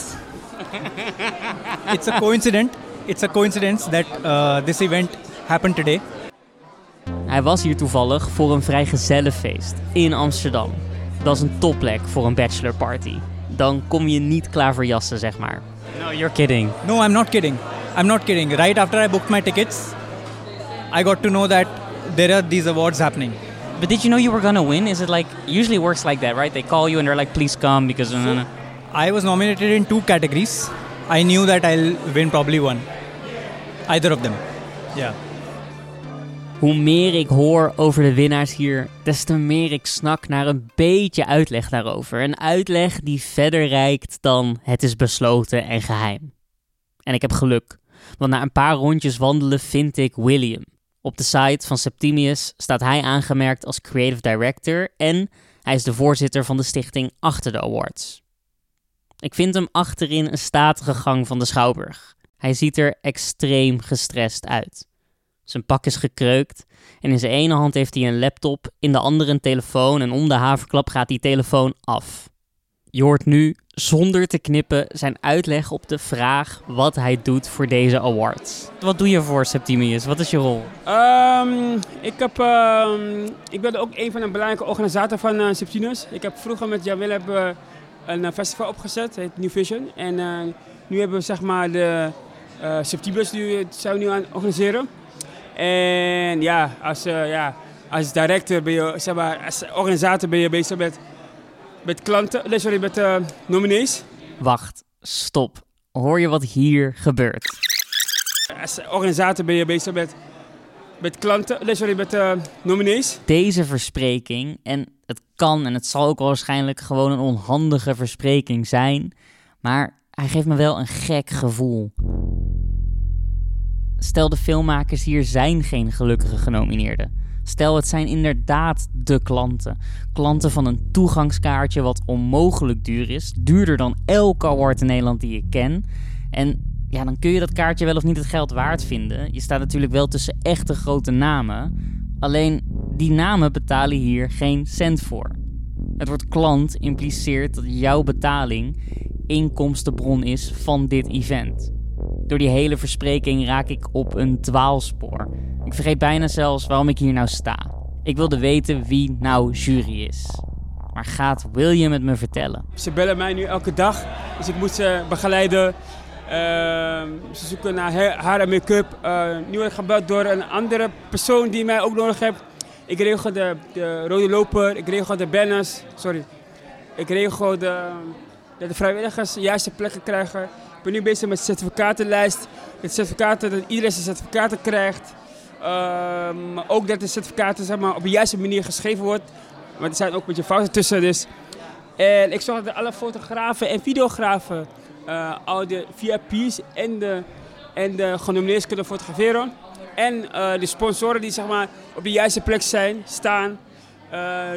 It's a coincidence. It's a coincidence that uh, this event happened today. Hij was hier toevallig voor een vrijgezellenfeest in Amsterdam. Dat is een topplek voor een bachelorparty. Dan kom je niet klaar voor jassen, zeg maar. No, you're kidding. No, I'm not kidding. I'm not kidding. Right after I booked my tickets, I got to know that there are these awards happening. But did you know you were gonna win? Is it like, usually it works like that, right? They call you and they're like, please come because... So, uh, I was nominated in two categories. I knew that I'll win probably one. Either of them. Yeah. Hoe meer ik hoor over de winnaars hier, des te meer ik snak naar een beetje uitleg daarover. Een uitleg die verder reikt dan het is besloten en geheim. En ik heb geluk, want na een paar rondjes wandelen vind ik William. Op de site van Septimius staat hij aangemerkt als creative director en hij is de voorzitter van de stichting achter de awards. Ik vind hem achterin een statige gang van de Schouwburg. Hij ziet er extreem gestrest uit. Zijn pak is gekreukt en in zijn ene hand heeft hij een laptop, in de andere een telefoon en om de haverklap gaat die telefoon af. Je hoort nu, zonder te knippen, zijn uitleg op de vraag wat hij doet voor deze awards. Wat doe je voor Septimius? Wat is je rol? Um, ik, heb, um, ik ben ook een van de belangrijke organisatoren van uh, Septimius. Ik heb vroeger met Jan Willem uh, een uh, festival opgezet, het heet New Vision. En uh, nu hebben we zeg maar de uh, Septimius die zijn we nu aan het organiseren. En ja, als, uh, ja, als director ben je, zeg maar, als organisator ben je bezig met, met klanten, nee, sorry, met uh, nominees. Wacht, stop. Hoor je wat hier gebeurt? Als organisator ben je bezig met, met klanten, nee, sorry, met uh, nominees. Deze verspreking, en het kan en het zal ook waarschijnlijk gewoon een onhandige verspreking zijn, maar hij geeft me wel een gek gevoel. Stel de filmmakers hier zijn geen gelukkige genomineerden. Stel het zijn inderdaad de klanten. Klanten van een toegangskaartje wat onmogelijk duur is. Duurder dan elke award in Nederland die ik ken. En ja, dan kun je dat kaartje wel of niet het geld waard vinden. Je staat natuurlijk wel tussen echte grote namen. Alleen die namen betalen hier geen cent voor. Het woord klant impliceert dat jouw betaling inkomstenbron is van dit event. Door die hele verspreking raak ik op een dwaalspoor. Ik vergeet bijna zelfs waarom ik hier nou sta. Ik wilde weten wie nou jury is. Maar gaat William het me vertellen? Ze bellen mij nu elke dag, dus ik moet ze begeleiden. Uh, ze zoeken naar haar en make-up. Uh, nu word ik gebeld door een andere persoon die mij ook nodig heeft. Ik regel de, de rode loper, ik regel de banners. Sorry. Ik regel de, dat de vrijwilligers de juiste plekken krijgen. Ik ben nu bezig met de certificatenlijst. De certificaten, dat iedereen zijn certificaten krijgt. Uh, maar ook dat de certificaten zeg maar, op de juiste manier geschreven wordt. Maar er zijn ook een beetje fouten tussen. Dus. En ik zorg dat alle fotografen en videografen, uh, al de V I P's en de, en de genomineerden kunnen fotograferen. En uh, de sponsoren die zeg maar, op de juiste plek zijn, staan. Uh,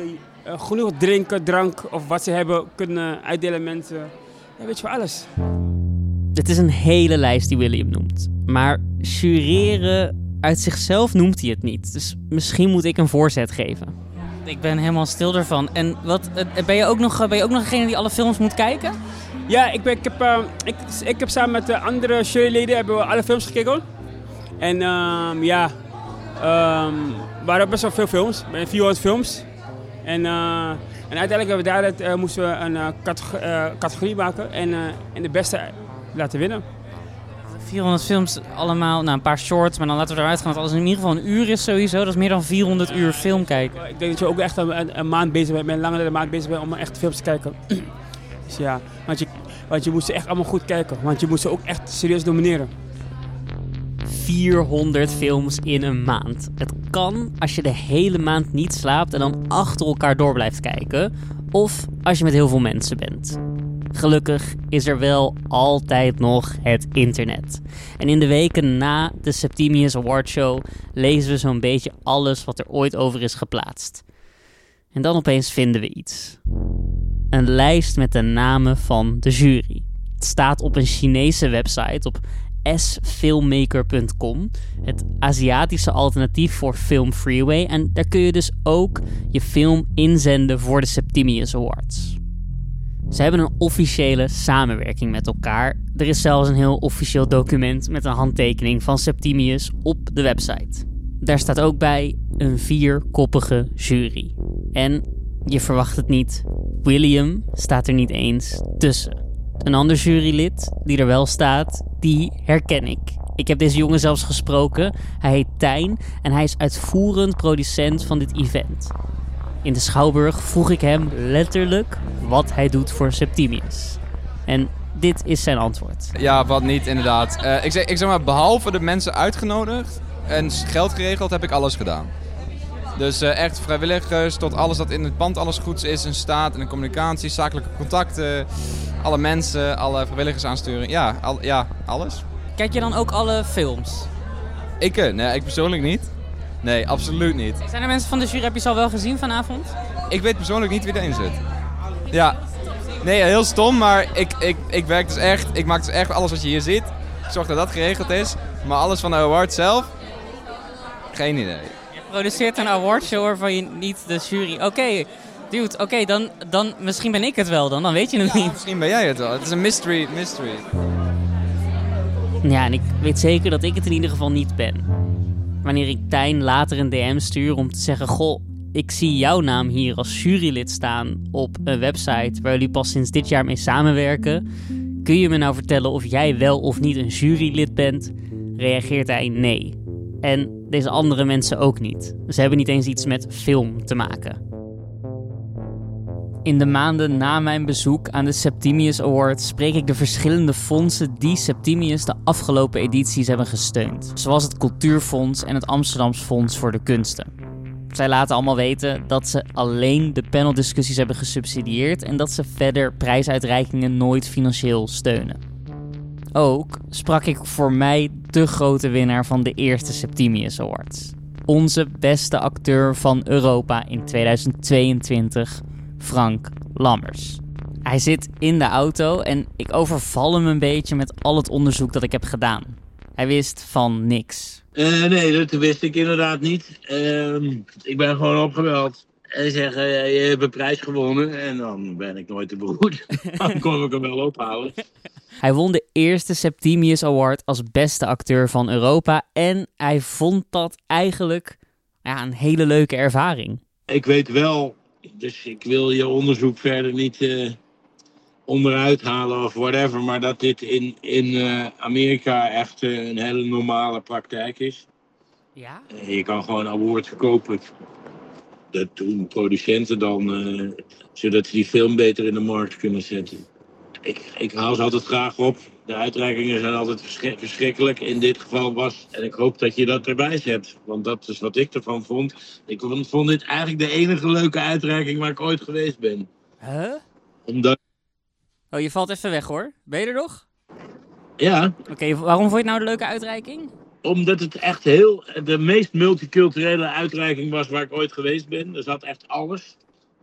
uh, genoeg drinken, drank of wat ze hebben kunnen uitdelen aan mensen. Ja, weet je wel, alles. Het is een hele lijst die William noemt. Maar jureren uit zichzelf noemt hij het niet. Dus misschien moet ik een voorzet geven. Ik ben helemaal stil ervan. En wat, ben, je ook nog, ben je ook nog degene die alle films moet kijken? Ja, ik, ben, ik, heb, uh, ik, ik heb samen met de andere juryleden hebben we alle films gekeken. En um, ja, um, er waren best wel veel films. vierhonderd films. En, uh, en uiteindelijk hebben we daaruit uh, moesten we een uh, categorie, uh, categorie maken en, uh, en de beste laten winnen. vierhonderd films allemaal, nou een paar shorts, maar dan laten we eruit gaan dat alles in ieder geval een uur is sowieso. Dat is meer dan vierhonderd uur film kijken. Ik denk dat je ook echt een, een, een maand bezig bent, ben langer dan een maand bezig bent om echt films te kijken. Dus ja, want je, want je moet ze echt allemaal goed kijken, want je moet ze ook echt serieus domineren. vierhonderd films in een maand. Het kan als je de hele maand niet slaapt en dan achter elkaar door blijft kijken. Of als je met heel veel mensen bent. Gelukkig is er wel altijd nog het internet. En in de weken na de Septimius Awardshow lezen we zo'n beetje alles wat er ooit over is geplaatst. En dan opeens vinden we iets. Een lijst met de namen van de jury. Het staat op een Chinese website op s filmmaker punt com, het Aziatische alternatief voor Film Freeway. En daar kun je dus ook je film inzenden voor de Septimius Awards. Ze hebben een officiële samenwerking met elkaar. Er is zelfs een heel officieel document met een handtekening van Septimius op de website. Daar staat ook bij een vierkoppige jury. En je verwacht het niet, William staat er niet eens tussen. Een ander jurylid die er wel staat, die herken ik. Ik heb deze jongen zelfs gesproken. Hij heet Tijn en hij is uitvoerend producent van dit event. In de Schouwburg vroeg ik hem letterlijk wat hij doet voor Septimius. En dit is zijn antwoord. Ja, wat niet inderdaad. Uh, ik, zeg, ik zeg maar, behalve de mensen uitgenodigd en geld geregeld, heb ik alles gedaan. Dus uh, echt vrijwilligers tot alles dat in het pand alles goeds is en staat. En de communicatie, zakelijke contacten, alle mensen, alle vrijwilligers aansturing. Ja, al, ja, alles. Kijk je dan ook alle films? Ik? Uh, nee, ik persoonlijk niet. Nee, absoluut niet. Zijn er mensen van de jury, heb je ze al wel gezien vanavond? Ik weet persoonlijk niet wie erin zit. Ja, nee, heel stom, maar ik, ik, ik werk dus echt, ik maak dus echt alles wat je hier ziet. Ik zorg dat dat geregeld is, maar alles van de award zelf, geen idee. Je produceert een awardshow waarvan je niet de jury... Oké, okay, dude, oké, okay, dan, dan misschien ben ik het wel dan, dan weet je het ja, niet. Misschien ben jij het wel, het is een mystery, mystery. Ja, en ik weet zeker dat ik het in ieder geval niet ben. Wanneer ik Tijn later een D M stuur om te zeggen... Goh, ik zie jouw naam hier als jurylid staan op een website... waar jullie pas sinds dit jaar mee samenwerken. Kun je me nou vertellen of jij wel of niet een jurylid bent? Reageert hij nee. En deze andere mensen ook niet. Ze hebben niet eens iets met film te maken. In de maanden na mijn bezoek aan de Septimius Awards spreek ik de verschillende fondsen die Septimius de afgelopen edities hebben gesteund. Zoals het Cultuurfonds en het Amsterdams Fonds voor de Kunsten. Zij laten allemaal weten dat ze alleen de paneldiscussies hebben gesubsidieerd en dat ze verder prijsuitreikingen nooit financieel steunen. Ook sprak ik voor mij de grote winnaar van de eerste Septimius Awards. Onze beste acteur van Europa in tweeduizend tweeëntwintig... Frank Lammers. Hij zit in de auto en ik overval hem een beetje met al het onderzoek dat ik heb gedaan. Hij wist van niks. Uh, nee, dat wist ik inderdaad niet. Uh, ik ben gewoon opgebeld. En zeggen, uh, je hebt een prijs gewonnen. En dan ben ik nooit te beroerd. Dan kon ik hem wel ophalen. Hij won de eerste Septimius Award als beste acteur van Europa. En hij vond dat eigenlijk ja, een hele leuke ervaring. Ik weet wel... Dus ik wil je onderzoek verder niet uh, onderuit halen of whatever. Maar dat dit in, in uh, Amerika echt uh, een hele normale praktijk is. Ja? Uh, je kan gewoon awards kopen. Dat doen producenten dan, uh, zodat ze die film beter in de markt kunnen zetten. Ik, ik haal ze altijd graag op. De uitreikingen zijn altijd verschrik- verschrikkelijk. In dit geval was. En ik hoop dat je dat erbij zet. Want dat is wat ik ervan vond. Ik vond, vond dit eigenlijk de enige leuke uitreiking waar ik ooit geweest ben. Huh? Omdat... Oh, je valt even weg hoor. Ben je er nog? Ja. Oké, okay, waarom vond je het nou de leuke uitreiking? Omdat het echt heel... De meest multiculturele uitreiking was waar ik ooit geweest ben. Er zat echt alles.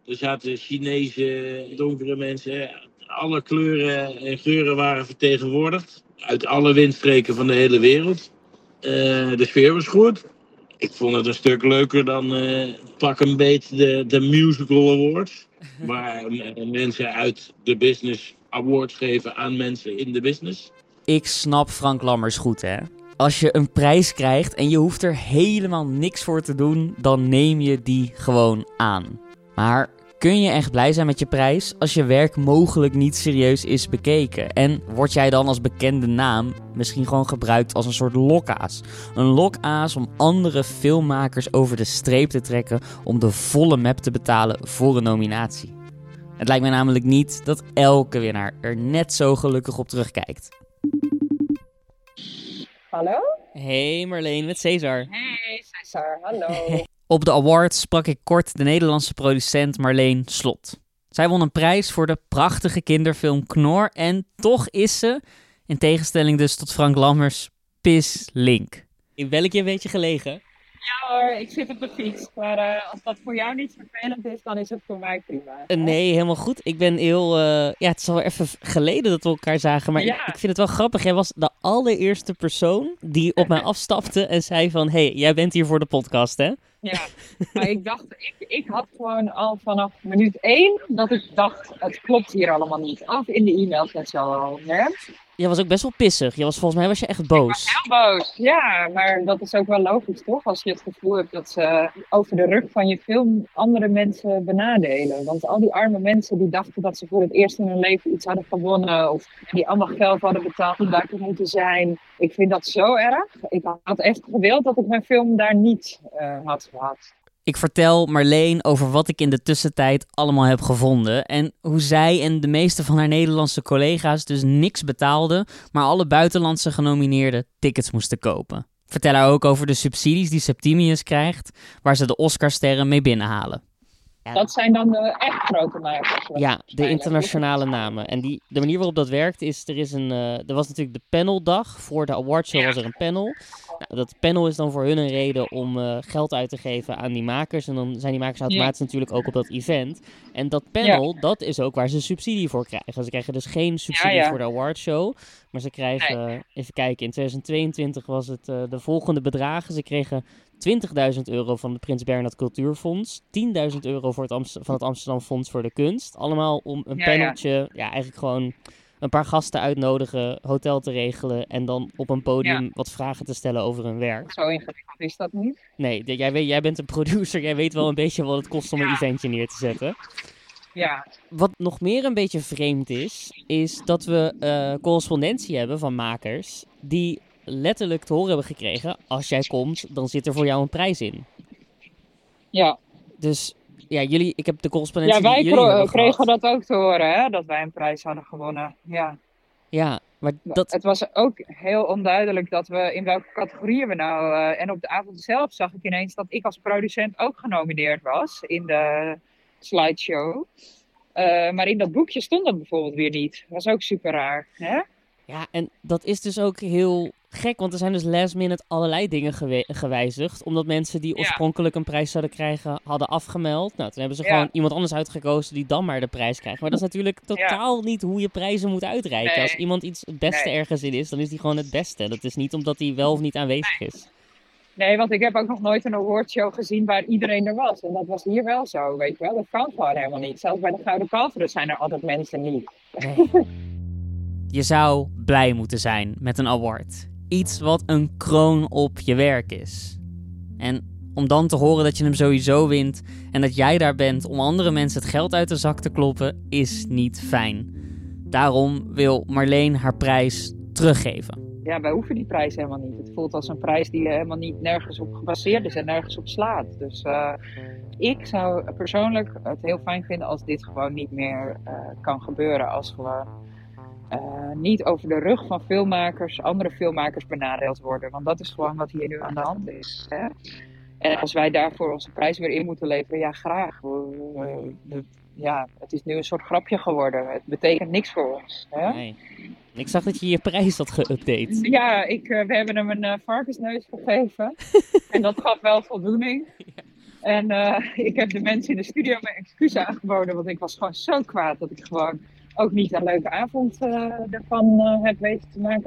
Er zaten Chinese, donkere mensen. Alle kleuren en geuren waren vertegenwoordigd. Uit alle windstreken van de hele wereld. Uh, de sfeer was goed. Ik vond het een stuk leuker dan uh, pak een beet de, de Musical Awards. Waar uh, mensen uit de business awards geven aan mensen in de business. Ik snap Frank Lammers goed, hè. Als je een prijs krijgt en je hoeft er helemaal niks voor te doen, dan neem je die gewoon aan. Maar kun je echt blij zijn met je prijs als je werk mogelijk niet serieus is bekeken? En word jij dan als bekende naam misschien gewoon gebruikt als een soort lokaas? Een lokaas om andere filmmakers over de streep te trekken om de volle map te betalen voor een nominatie. Het lijkt mij namelijk niet dat elke winnaar er net zo gelukkig op terugkijkt. Hallo? Hey Marleen, met Cesar. Hey Cesar, hallo. Op de awards sprak ik kort de Nederlandse producent Marleen Slot. Zij won een prijs voor de prachtige kinderfilm Knor en toch is ze, in tegenstelling dus tot Frank Lammers, pislink. In welk je een beetje gelegen? Ja hoor, ik zit op de fiets, maar uh, als dat voor jou niet vervelend is, dan is het voor mij prima. Uh, nee, helemaal goed. Ik ben heel... Uh, ja, het is al even geleden dat we elkaar zagen, maar ja. ik, ik vind het wel grappig. Jij was de allereerste persoon die op mij afstapte en zei van, hé, hey, jij bent hier voor de podcast, hè? Ja, maar ik dacht, ik, ik had gewoon al vanaf minuut één dat ik dacht, het klopt hier allemaal niet. Of in de e-mails net zo al, hè? Je was ook best wel pissig. Je was, volgens mij was je echt boos. Ik was heel boos, ja. Maar dat is ook wel logisch, toch? Als je het gevoel hebt dat ze over de rug van je film andere mensen benadelen. Want al die arme mensen die dachten dat ze voor het eerst in hun leven iets hadden gewonnen. Of die allemaal geld hadden betaald om daar te moeten zijn. Ik vind dat zo erg. Ik had echt gewild dat ik mijn film daar niet uh, had gehad. Ik vertel Marleen over wat ik in de tussentijd allemaal heb gevonden en hoe zij en de meeste van haar Nederlandse collega's dus niks betaalden, maar alle buitenlandse genomineerden tickets moesten kopen. Vertel haar ook over de subsidies die Septimius krijgt, waar ze de Oscarsterren mee binnenhalen. Ja. Dat zijn dan de echt grote makers. Ja, de internationale namen. En die, de manier waarop dat werkt is, er is een, uh, er was natuurlijk de paneldag. Voor de awardshow ja. was er een panel. Nou, dat panel is dan voor hun een reden om uh, geld uit te geven aan die makers. En dan zijn die makers automatisch ja. natuurlijk ook op dat event. En dat panel, ja. dat is ook waar ze subsidie voor krijgen. Ze krijgen dus geen subsidie ja, ja. voor de awardshow. Maar ze krijgen, nee. uh, even kijken, in twintig tweeëntwintig was het uh, de volgende bedragen. Ze kregen twintigduizend euro van het Prins Bernhard Cultuurfonds. tienduizend euro voor het Amst- van het Amsterdam Fonds voor de Kunst. Allemaal om een ja, paneltje, ja. ja, eigenlijk gewoon een paar gasten uitnodigen, hotel te regelen en dan op een podium ja. wat vragen te stellen over hun werk. Zo ingewikkeld is dat niet? Nee, jij, weet, jij bent een producer, jij weet wel een beetje wat het kost om ja. een eventje neer te zetten. Ja. Wat nog meer een beetje vreemd is, is dat we uh, correspondentie hebben van makers die letterlijk te horen hebben gekregen, als jij komt, dan zit er voor jou een prijs in. Ja. Dus ja, jullie, ik heb de correspondentie ja, wij die jullie kro- kregen gehad. dat ook te horen, hè, dat wij een prijs hadden gewonnen. Ja. Ja, maar dat... Het was ook heel onduidelijk dat we in welke categorieën we nou... Uh, en op de avond zelf zag ik ineens dat ik als producent ook genomineerd was in de slideshow. Uh, maar in dat boekje stond dat bijvoorbeeld weer niet. Dat was ook super raar, hè? Ja, en dat is dus ook heel gek, want er zijn dus last minute allerlei dingen gewe- gewijzigd, omdat mensen die oorspronkelijk een prijs zouden krijgen, hadden afgemeld. Nou, toen hebben ze ja. gewoon iemand anders uitgekozen die dan maar de prijs krijgt. Maar dat is natuurlijk totaal ja. niet hoe je prijzen moet uitreiken. Nee. Als iemand iets het beste nee. ergens in is, dan is die gewoon het beste. Dat is niet omdat hij wel of niet aanwezig nee. is. Nee, want ik heb ook nog nooit een awardshow gezien waar iedereen er was. En dat was hier wel zo, weet je wel. Dat kan gewoon helemaal niet. Zelfs bij de Gouden Kalveren zijn er altijd mensen niet. Nee. Je zou blij moeten zijn met een award. Iets wat een kroon op je werk is. En om dan te horen dat je hem sowieso wint en dat jij daar bent om andere mensen het geld uit de zak te kloppen, is niet fijn. Daarom wil Marleen haar prijs teruggeven. Ja, wij hoeven die prijs helemaal niet. Het voelt als een prijs die helemaal niet nergens op gebaseerd is en nergens op slaat. Dus uh, ik zou persoonlijk het heel fijn vinden als dit gewoon niet meer uh, kan gebeuren. Als gewoon uh, niet over de rug van filmmakers, andere filmmakers benadeeld worden. Want dat is gewoon wat hier nu aan de hand is. Hè? En als wij daarvoor onze prijs weer in moeten leveren, ja graag. Uh, de, ja, het is nu een soort grapje geworden. Het betekent niks voor ons. Hè? Nee. Ik zag dat je je prijs had geüpdate. Ja, ik, uh, we hebben hem een uh, varkensneus gegeven. En dat gaf wel voldoening. Ja. En uh, ik heb de mensen in de studio mijn excuses aangeboden, want ik was gewoon zo kwaad dat ik gewoon ook niet een leuke avond uh, ervan uh, heb weten te maken.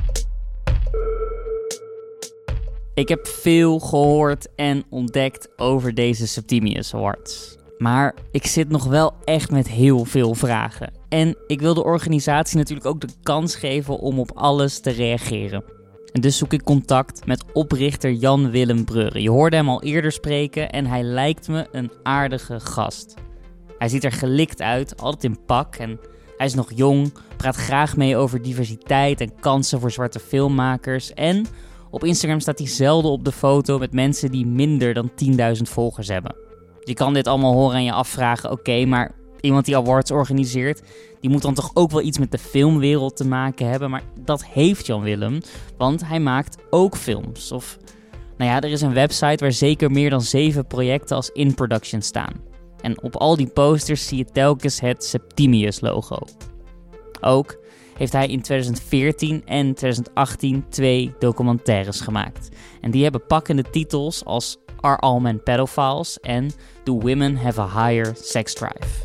Ik heb veel gehoord en ontdekt over deze Septimius Awards. Maar ik zit nog wel echt met heel veel vragen. En ik wil de organisatie natuurlijk ook de kans geven om op alles te reageren. En dus zoek ik contact met oprichter Jan Willem Breuren. Je hoorde hem al eerder spreken en hij lijkt me een aardige gast. Hij ziet er gelikt uit, altijd in pak en hij is nog jong, praat graag mee over diversiteit en kansen voor zwarte filmmakers. En op Instagram staat hij zelden op de foto met mensen die minder dan tienduizend volgers hebben. Je kan dit allemaal horen en je afvragen, oké, okay, maar iemand die awards organiseert, die moet dan toch ook wel iets met de filmwereld te maken hebben. Maar dat heeft Jan Willem, want hij maakt ook films. Of, nou ja, er is een website waar zeker meer dan zeven projecten als in production staan. En op al die posters zie je telkens het Septimius logo. Ook heeft hij in twintig veertien en twintig achttien twee documentaires gemaakt. En die hebben pakkende titels als Are All Men Pedophiles en Do Women Have a Higher Sex Drive?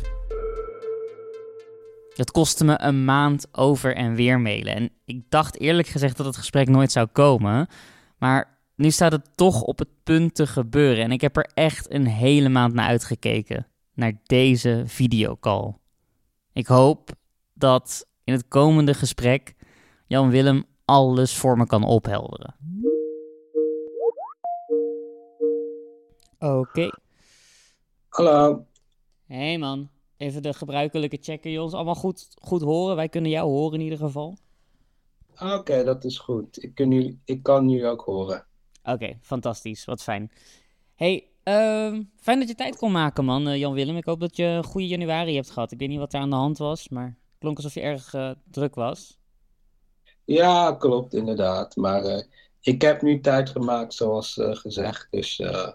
Het kostte me een maand over en weer mailen. En ik dacht eerlijk gezegd dat het gesprek nooit zou komen. Maar nu staat het toch op het punt te gebeuren. En ik heb er echt een hele maand naar uitgekeken. Naar deze videocall. Ik hoop dat in het komende gesprek Jan Willem alles voor me kan ophelderen. Oké. Okay. Hallo. Hey man, even de gebruikelijke check. Kun je ons allemaal goed, goed horen? Wij kunnen jou horen in ieder geval. Oké, okay, dat is goed. Ik, kun nu, ik kan jullie ook horen. Oké, okay, fantastisch. Wat fijn. Hey, uh, fijn dat je tijd kon maken man, uh, Jan Willem. Ik hoop dat je een goede januari hebt gehad. Ik weet niet wat er aan de hand was, maar het klonk alsof je erg uh, druk was. Ja, klopt inderdaad. Maar uh, ik heb nu tijd gemaakt zoals uh, gezegd, dus uh,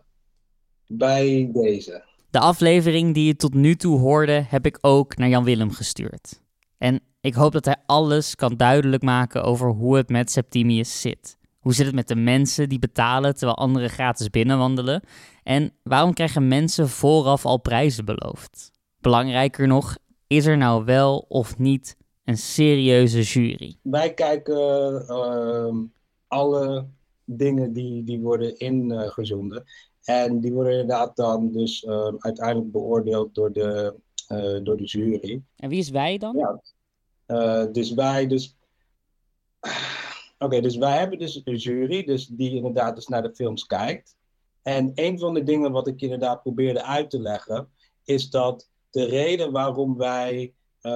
bij deze. De aflevering die je tot nu toe hoorde, heb ik ook naar Jan Willem gestuurd. En ik hoop dat hij alles kan duidelijk maken over hoe het met Septimius zit. Hoe zit het met de mensen die betalen terwijl anderen gratis binnenwandelen? En waarom krijgen mensen vooraf al prijzen beloofd? Belangrijker nog, is er nou wel of niet een serieuze jury? Wij kijken uh, alle dingen die, die worden ingezonden. En die worden inderdaad dan dus uh, uiteindelijk beoordeeld door de, uh, door de jury. En wie is wij dan? Ja. Uh, dus wij dus... Oké, okay, dus wij hebben dus een jury, dus die inderdaad dus naar de films kijkt. En een van de dingen wat ik inderdaad probeerde uit te leggen, is dat de reden waarom wij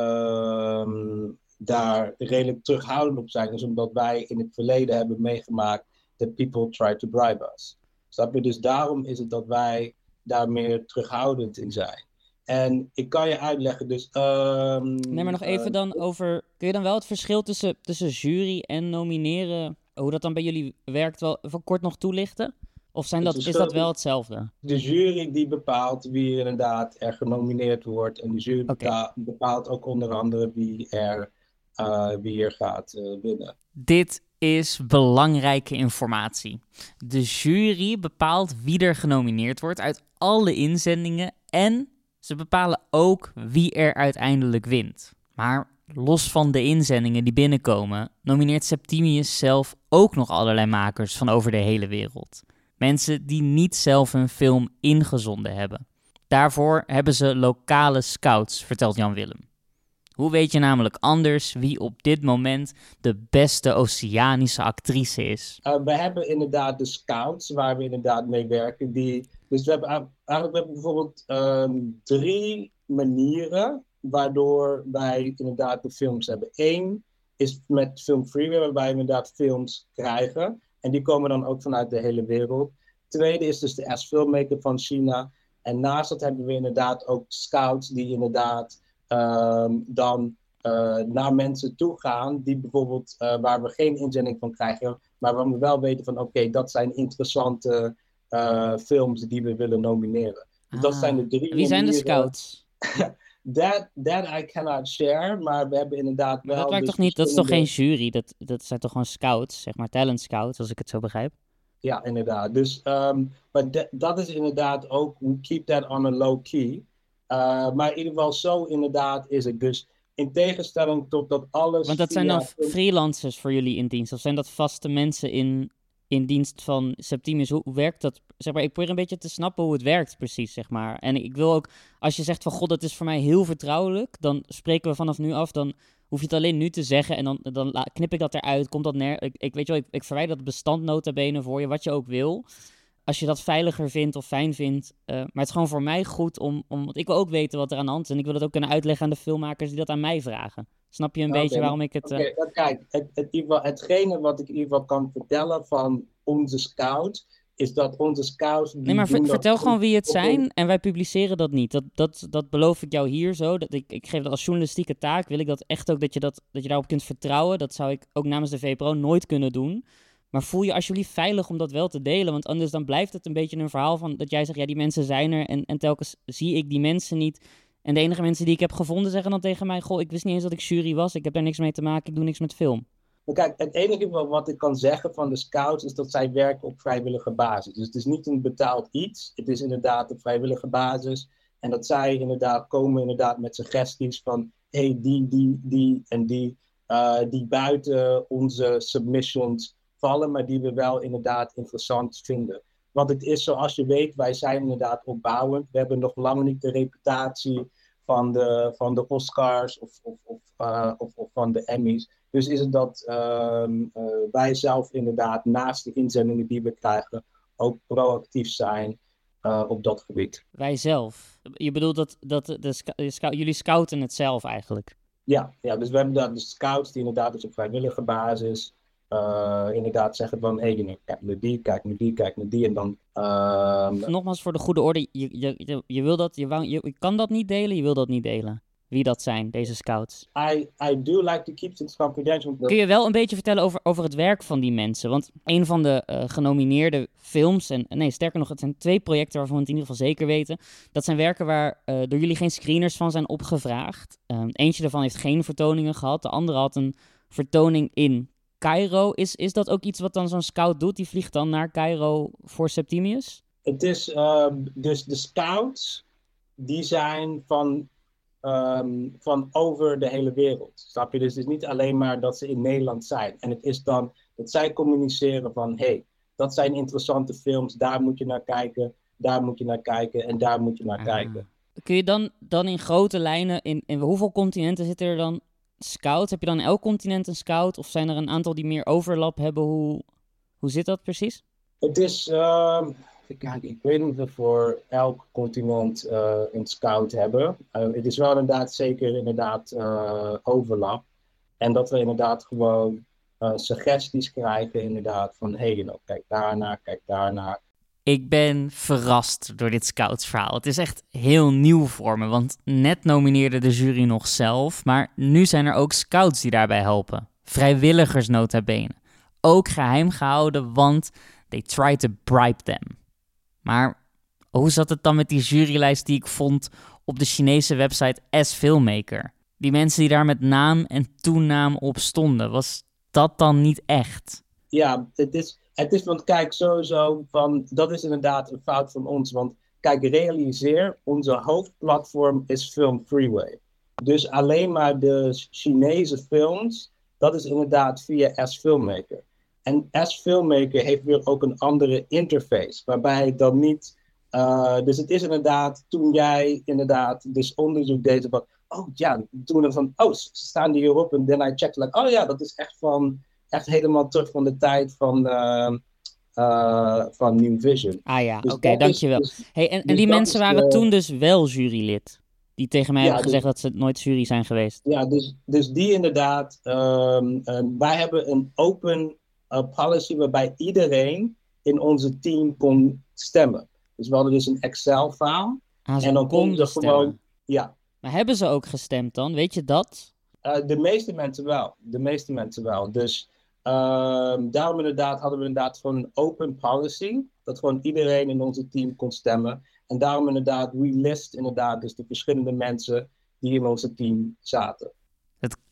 uh, daar redelijk terughoudend op zijn, is omdat wij in het verleden hebben meegemaakt that people try to bribe us. Snap je? Dus daarom is het dat wij daar meer terughoudend in zijn. En ik kan je uitleggen, dus... Um, nee, maar nog even uh, dan over... Kun je dan wel het verschil tussen, tussen jury en nomineren, hoe dat dan bij jullie werkt, wel even kort nog toelichten? Of zijn dat, is dat wel hetzelfde? De jury die bepaalt wie inderdaad er genomineerd wordt. En de jury okay. bepaalt, bepaalt ook onder andere wie er, uh, wie er gaat uh, winnen. Dit is belangrijke informatie. De jury bepaalt wie er genomineerd wordt uit alle inzendingen en ze bepalen ook wie er uiteindelijk wint. Maar los van de inzendingen die binnenkomen, nomineert Septimius zelf ook nog allerlei makers van over de hele wereld. Mensen die niet zelf hun film ingezonden hebben. Daarvoor hebben ze lokale scouts, vertelt Jan Willem. Hoe weet je namelijk anders wie op dit moment de beste Oceanische actrice is? Uh, we hebben inderdaad de scouts waar we inderdaad mee werken. Die, dus we hebben eigenlijk we hebben bijvoorbeeld um, drie manieren waardoor wij inderdaad de films hebben. Eén is met Film Freeway, waarbij we inderdaad films krijgen. En die komen dan ook vanuit de hele wereld. Tweede is dus de S-filmmaker van China. En naast dat hebben we inderdaad ook scouts die inderdaad um, dan uh, naar mensen toe gaan. Die bijvoorbeeld, uh, waar we geen inzending van krijgen. Maar waar we wel weten van oké, okay, dat zijn interessante uh, films die we willen nomineren. Dus ah, dat zijn de drie wie zijn de scouts? that, that I cannot share, maar we hebben inderdaad wel... Dat lijkt dus toch niet, dat is toch geen jury? Dat, dat zijn toch gewoon scouts, zeg maar talent scouts, als ik het zo begrijp? ja, inderdaad. Dus um, maar de, dat is inderdaad ook, we keep that on a low key. Uh, maar in ieder geval zo inderdaad is het. Dus in tegenstelling tot dat alles... Want dat zijn via- dan freelancers voor jullie in dienst? Of zijn dat vaste mensen in, in dienst van Septimius? Hoe, hoe werkt dat? Zeg maar, ik probeer een beetje te snappen hoe het werkt precies, zeg maar. En ik wil ook, als je zegt van god, dat is voor mij heel vertrouwelijk, dan spreken we vanaf nu af, dan hoef je het alleen nu te zeggen en dan, dan la- knip ik dat eruit, komt dat neer... Ik, ik weet je wel, ik, ik verwijder dat bestand nota bene voor je, wat je ook wil. Als je dat veiliger vindt of fijn vindt. Uh, maar het is gewoon voor mij goed om, om... Want ik wil ook weten wat er aan de hand is. En ik wil het ook kunnen uitleggen aan de filmmakers die dat aan mij vragen. Snap je een Oké, beetje waarom ik het... Oké, uh, dan kijk, het, het, in ieder geval- hetgene wat ik in ieder geval kan vertellen van onze scouts, is dat onze scouts... die Nee, maar ver- doen dat vertel gewoon wie het op een- zijn en wij publiceren dat niet. Dat, dat, dat beloof ik jou hier zo. Dat ik, ik geef dat als journalistieke taak. Wil ik dat echt ook dat je, dat, dat je daarop kunt vertrouwen. Dat zou ik ook namens de V P R O nooit kunnen doen. Maar voel je alsjeblieft veilig om dat wel te delen. Want anders dan blijft het een beetje een verhaal van dat jij zegt, ja, die mensen zijn er. En, en telkens zie ik die mensen niet. En de enige mensen die ik heb gevonden zeggen dan tegen mij, goh, ik wist niet eens dat ik jury was. Ik heb daar niks mee te maken. Ik doe niks met film. Maar kijk, het enige wel wat ik kan zeggen van de scouts is dat zij werken op vrijwillige basis. Dus het is niet een betaald iets. Het is inderdaad op vrijwillige basis. En dat zij inderdaad komen inderdaad met suggesties van hey, die, die, die en die. Uh, die buiten onze submissions vallen, maar die we wel inderdaad interessant vinden. Want het is zoals je weet, wij zijn inderdaad opbouwend. We hebben nog lang niet de reputatie van de, van de Oscars of, of, of, uh, of, of van de Emmys. Dus is het dat um, uh, wij zelf inderdaad naast de inzendingen die we krijgen ook proactief zijn uh, op dat gebied. Wij zelf? Je bedoelt dat, dat de sc- de sc- jullie scouten het zelf eigenlijk? Ja, ja, dus we hebben daar de scouts die inderdaad dus op vrijwillige basis uh, inderdaad zeggen van hé, hey, kijk naar die, kijk naar die, kijk naar die en dan... Uh, Nogmaals voor de goede orde, je, je, je, je, wil dat, je, wou, je, je kan dat niet delen, je wil dat niet delen. Wie dat zijn, deze scouts. I, I do like to keep things confidential. Kun je wel een beetje vertellen over, over het werk van die mensen? Want een van de uh, genomineerde films, en nee, sterker nog, het zijn twee projecten waarvan we het in ieder geval zeker weten. Dat zijn werken waar uh, door jullie geen screeners van zijn opgevraagd. Um, eentje daarvan heeft geen vertoningen gehad, de andere had een vertoning in Cairo. Is, is dat ook iets wat dan zo'n scout doet? Die vliegt dan naar Cairo voor Septimius? Het is, uh, dus de scouts, die zijn van... Um, van over de hele wereld. Snap je? Dus het is niet alleen maar dat ze in Nederland zijn. En het is dan dat zij communiceren van hé, hey, dat zijn interessante films, daar moet je naar kijken, daar moet je naar kijken en daar moet je naar ah. kijken. Kun je dan, dan in grote lijnen, in, in hoeveel continenten zitten er dan scouts? Heb je dan in elk continent een scout? Of zijn er een aantal die meer overlap hebben? Hoe, hoe zit dat precies? Het is... Uh, Kijk, ik weet niet of we voor elk continent uh, een scout hebben. Uh, het is wel inderdaad zeker inderdaad uh, overlap. En dat we inderdaad gewoon uh, suggesties krijgen inderdaad van hé, hey, nou, kijk daarnaar, kijk daarnaar. Ik ben verrast door dit scoutsverhaal. Het is echt heel nieuw voor me, want net nomineerde de jury nog zelf, maar nu zijn er ook scouts die daarbij helpen. Vrijwilligers nota bene. Ook geheim gehouden, want they try to bribe them. Maar hoe zat het dan met die jurylijst die ik vond op de Chinese website S-Filmmaker? Die mensen die daar met naam en toenaam op stonden, was dat dan niet echt? Ja, het is, het is want kijk, sowieso, van, dat is inderdaad een fout van ons. Want kijk, realiseer, onze hoofdplatform is Film Freeway. Dus alleen maar de Chinese films, dat is inderdaad via S-Filmmaker. En S-Filmmaker heeft weer ook een andere interface, waarbij dan niet... Uh, dus het is inderdaad, toen jij inderdaad dus onderzoek deed van... Oh ja, toen we van, oh, ze staan die hierop. En dan I checked, like, oh ja, dat is echt van... Echt helemaal terug van de tijd van, uh, uh, van New Vision. Ah ja, dus oké, okay, dankjewel. Dus, hey, en, dus en die mensen waren de... toen dus wel jurylid? Die tegen mij ja, hebben gezegd dus, dat ze nooit jury zijn geweest? Ja, dus, dus die inderdaad... Um, um, wij hebben een open... Uh, policy waarbij iedereen in onze team kon stemmen. Dus we hadden dus een Excel-file. Ah, en dan konden ze gewoon... Ja. Maar hebben ze ook gestemd dan? Weet je dat? Uh, de meeste mensen wel. De meeste mensen wel. Dus uh, daarom inderdaad hadden we inderdaad gewoon een open policy. Dat gewoon iedereen in onze team kon stemmen. En daarom inderdaad, we list inderdaad dus de verschillende mensen die in onze team zaten. Het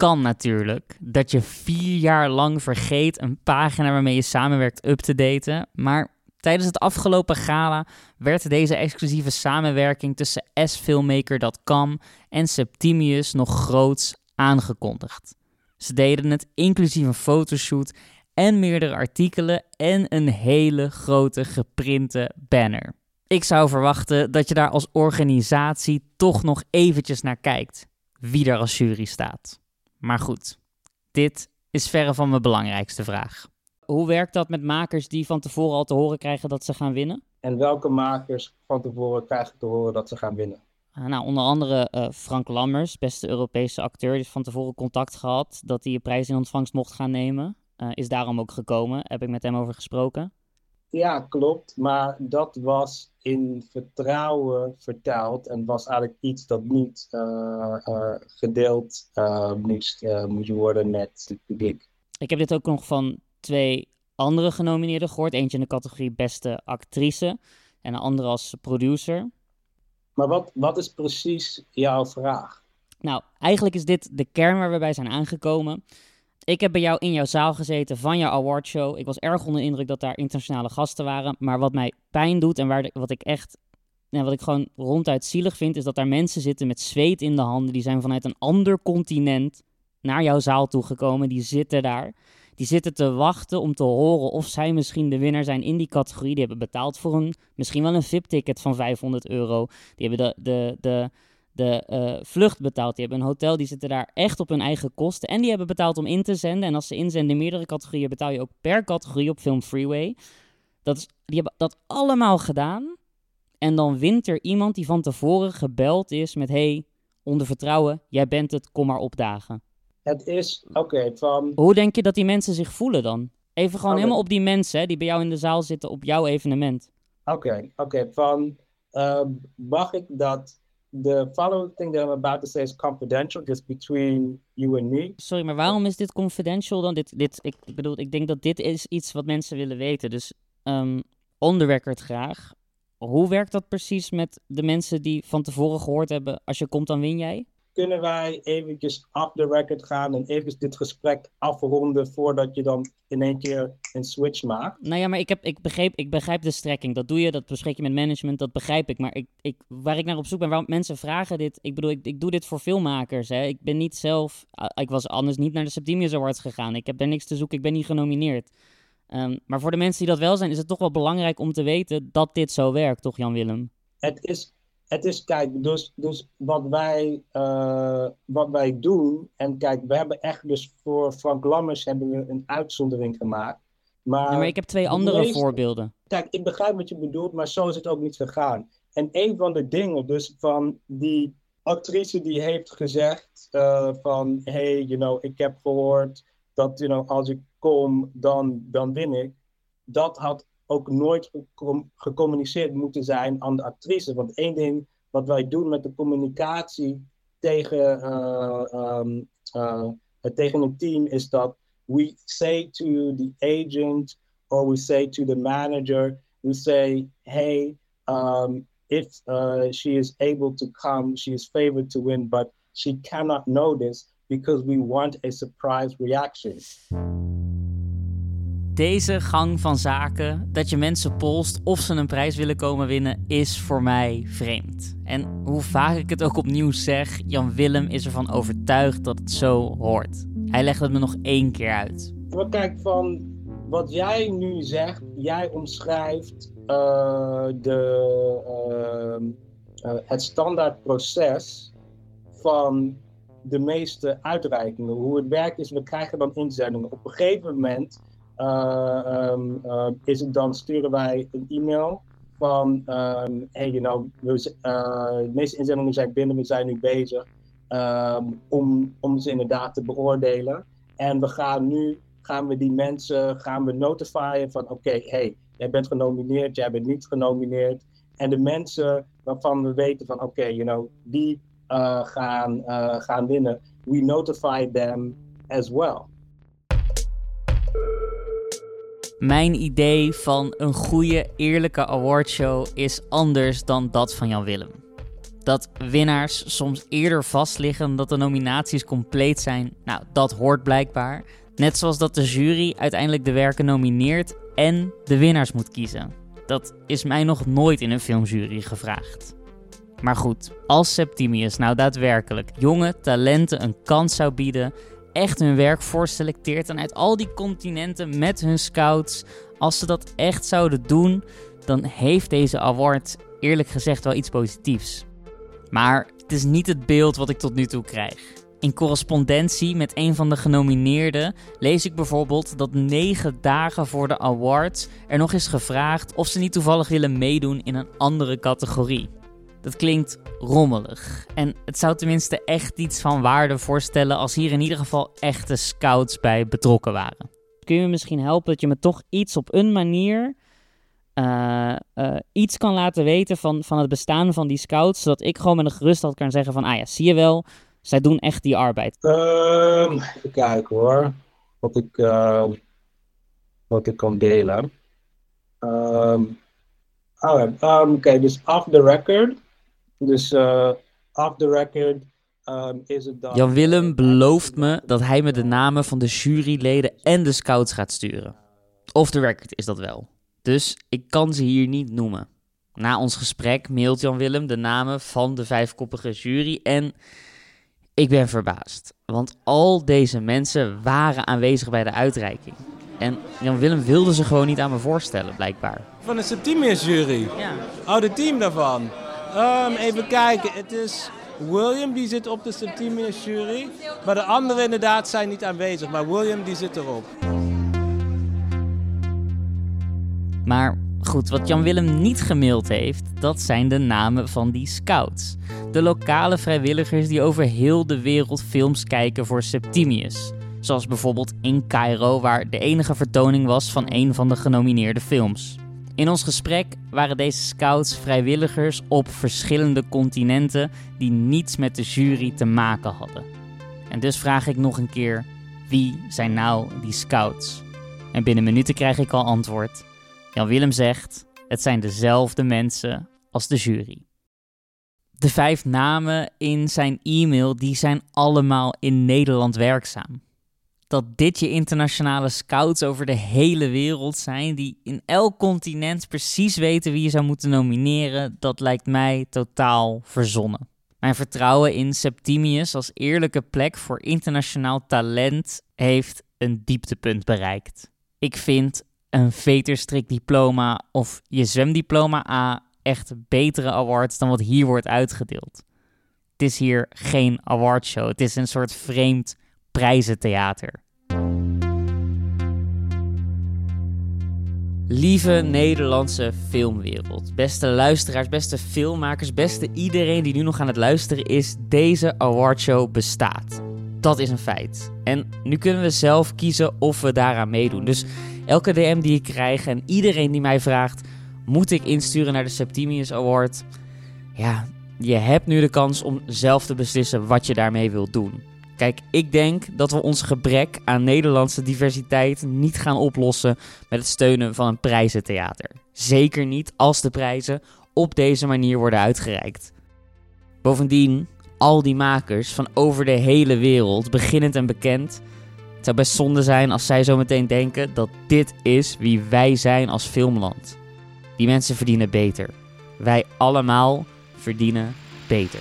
kan natuurlijk dat je vier jaar lang vergeet een pagina waarmee je samenwerkt up te daten, maar tijdens het afgelopen gala werd deze exclusieve samenwerking tussen s filmmaker punt com en Septimius nog groots aangekondigd. Ze deden het inclusief een fotoshoot en meerdere artikelen en een hele grote geprinte banner. Ik zou verwachten dat je daar als organisatie toch nog eventjes naar kijkt wie er als jury staat. Maar goed, dit is verre van mijn belangrijkste vraag. Hoe werkt dat met makers die van tevoren al te horen krijgen dat ze gaan winnen? En welke makers van tevoren krijgen te horen dat ze gaan winnen? Uh, nou, onder andere uh, Frank Lammers, beste Europese acteur, die heeft van tevoren contact gehad dat hij een prijs in ontvangst mocht gaan nemen. Uh, is daarom ook gekomen, heb ik met hem over gesproken. Ja, klopt. Maar dat was in vertrouwen verteld en was eigenlijk iets dat niet uh, uh, gedeeld uh, moest, uh, moest worden met het publiek. Ik heb dit ook nog van twee andere genomineerden gehoord. Eentje in de categorie beste actrice en een andere als producer. Maar wat, wat is precies jouw vraag? Nou, eigenlijk is dit de kern waar we bij zijn aangekomen. Ik heb bij jou in jouw zaal gezeten van jouw awardshow. Ik was erg onder de indruk dat daar internationale gasten waren. Maar wat mij pijn doet en waar de, wat ik echt, nou, wat ik gewoon ronduit zielig vind, is dat daar mensen zitten met zweet in de handen. Die zijn vanuit een ander continent naar jouw zaal toegekomen. Die zitten daar. Die zitten te wachten om te horen of zij misschien de winnaar zijn in die categorie. Die hebben betaald voor een, misschien wel een V I P-ticket van vijfhonderd euro. Die hebben de, de, de, de uh, vlucht betaald. Die hebben een hotel. Die zitten daar echt op hun eigen kosten. En die hebben betaald om in te zenden. En als ze inzenden in meerdere categorieën, betaal je ook per categorie op Film Freeway. Dat is, die hebben dat allemaal gedaan. En dan wint er iemand die van tevoren gebeld is met: hey, onder vertrouwen, jij bent het, kom maar opdagen. Het is, oké, okay, van... Hoe denk je dat die mensen zich voelen dan? Even gewoon okay. helemaal op die mensen hè, die bij jou in de zaal zitten op jouw evenement. Oké, okay, oké. Okay. Van, uh, mag ik dat... The following thing that I'm about to say is confidential, just between you and me. Sorry, maar waarom is dit confidential dan? Dit, dit, ik bedoel, ik denk dat dit is iets wat mensen willen weten. Dus um, on the record graag. Hoe werkt dat precies met de mensen die van tevoren gehoord hebben, als je komt dan win jij? Kunnen wij eventjes off the record gaan en even dit gesprek afronden voordat je dan in één keer een switch maakt? Nou ja, maar ik, heb, ik, begreep, ik begrijp de strekking. Dat doe je, dat bespreek je met management, dat begrijp ik. Maar ik, ik, waar ik naar op zoek ben, waarom mensen vragen dit... Ik bedoel, ik, ik doe dit voor filmmakers. Hè. Ik ben niet zelf... Ik was anders niet naar de Septimius Awards gegaan. Ik heb daar niks te zoeken, ik ben niet genomineerd. Um, maar voor de mensen die dat wel zijn, is het toch wel belangrijk om te weten dat dit zo werkt, toch Jan-Willem? Het is... Het is, kijk, dus, dus wat, wij, uh, wat wij doen, en kijk, we hebben echt dus voor Frank Lammers hebben we een uitzondering gemaakt. Maar, ja, maar ik heb twee andere meeste, voorbeelden. Kijk, ik begrijp wat je bedoelt, maar zo is het ook niet gegaan. En een van de dingen, dus van die actrice die heeft gezegd uh, van, hey, you know, ik heb gehoord dat, you know, als ik kom, dan, dan win ik. Dat had ook nooit gecom- gecommuniceerd moeten zijn aan de actrice. Want één ding wat wij doen met de communicatie tegen, uh, um, uh, tegen het team is dat we say to the agent or we say to the manager, we say, hey, um, if uh, she is able to come, she is favored to win, but she cannot know this because we want a surprise reaction. Deze gang van zaken, dat je mensen polst of ze een prijs willen komen winnen, is voor mij vreemd. En hoe vaak ik het ook opnieuw zeg, Jan-Willem is ervan overtuigd dat het zo hoort. Hij legt het me nog één keer uit. Maar kijk, van wat jij nu zegt, jij omschrijft uh, de, uh, uh, het standaardproces van de meeste uitreikingen. Hoe het werkt is, we krijgen dan inzendingen. Op een gegeven moment Uh, um, uh, is het dan, sturen wij een e-mail van, um, hey, you know, we, uh, de meeste inzendingen zijn binnen, we zijn nu bezig um, om, om ze inderdaad te beoordelen. En we gaan nu, gaan we die mensen, gaan we notifyen van, oké, okay, hey, jij bent genomineerd, jij bent niet genomineerd. En de mensen waarvan we weten van, oké, okay, you know, die uh, gaan, uh, gaan winnen, we notify them as well. Mijn idee van een goede, eerlijke awardshow is anders dan dat van Jan-Willem. Dat winnaars soms eerder vastliggen dan dat de nominaties compleet zijn, nou, dat hoort blijkbaar. Net zoals dat de jury uiteindelijk de werken nomineert en de winnaars moet kiezen. Dat is mij nog nooit in een filmjury gevraagd. Maar goed, als Septimius nou daadwerkelijk jonge talenten een kans zou bieden, echt hun werk voorselecteert en uit al die continenten met hun scouts, als ze dat echt zouden doen, dan heeft deze award eerlijk gezegd wel iets positiefs. Maar het is niet het beeld wat ik tot nu toe krijg. In correspondentie met een van de genomineerden lees ik bijvoorbeeld dat negen dagen voor de awards er nog is gevraagd of ze niet toevallig willen meedoen in een andere categorie. Dat klinkt rommelig. En het zou tenminste echt iets van waarde voorstellen als hier in ieder geval echte scouts bij betrokken waren. Kun je me misschien helpen dat je me toch iets op een manier uh, uh, iets kan laten weten van, van het bestaan van die scouts, zodat ik gewoon met een gerust had kan zeggen van, ah ja, zie je wel, zij doen echt die arbeid. Um, even kijken hoor, wat ik, uh, wat ik kan delen. Um, oh, um, Oké, okay, dus off the record. Dus uh, off the record um, is het dan... Jan Willem belooft me dat hij me de namen van de juryleden en de scouts gaat sturen. Off the record is dat wel. Dus ik kan ze hier niet noemen. Na ons gesprek mailt Jan Willem de namen van de vijfkoppige jury en ik ben verbaasd. Want al deze mensen waren aanwezig bij de uitreiking. En Jan Willem wilde ze gewoon niet aan me voorstellen, blijkbaar. Van de Septimius jury? Ja. Oh, de team daarvan? Um, even kijken, het is William die zit op de Septimius jury. Maar de anderen inderdaad zijn niet aanwezig, maar William die zit erop. Maar goed, wat Jan Willem niet gemaild heeft, dat zijn de namen van die scouts. De lokale vrijwilligers die over heel de wereld films kijken voor Septimius. Zoals bijvoorbeeld in Cairo, waar de enige vertoning was van een van de genomineerde films. In ons gesprek waren deze scouts vrijwilligers op verschillende continenten die niets met de jury te maken hadden. En dus vraag ik nog een keer, wie zijn nou die scouts? En binnen minuten krijg ik al antwoord. Jan Willem zegt, het zijn dezelfde mensen als de jury. De vijf namen in zijn e-mail, die zijn allemaal in Nederland werkzaam. Dat dit je internationale scouts over de hele wereld zijn, die in elk continent precies weten wie je zou moeten nomineren, dat lijkt mij totaal verzonnen. Mijn vertrouwen in Septimius als eerlijke plek voor internationaal talent heeft een dieptepunt bereikt. Ik vind een veterstrikdiploma of je zwemdiploma A echt betere awards dan wat hier wordt uitgedeeld. Het is hier geen awardshow, het is een soort vreemd prijzentheater. Lieve Nederlandse filmwereld, beste luisteraars, beste filmmakers, beste iedereen die nu nog aan het luisteren is, deze awardshow bestaat. Dat is een feit. En nu kunnen we zelf kiezen of we daaraan meedoen. Dus elke D M die ik krijg en iedereen die mij vraagt, moet ik insturen naar de Septimius Award? Ja, je hebt nu de kans om zelf te beslissen wat je daarmee wilt doen. Kijk, ik denk dat we ons gebrek aan Nederlandse diversiteit niet gaan oplossen met het steunen van een prijzentheater. Zeker niet als de prijzen op deze manier worden uitgereikt. Bovendien, al die makers van over de hele wereld, beginnend en bekend, het zou best zonde zijn als zij zo meteen denken dat dit is wie wij zijn als filmland. Die mensen verdienen beter. Wij allemaal verdienen beter.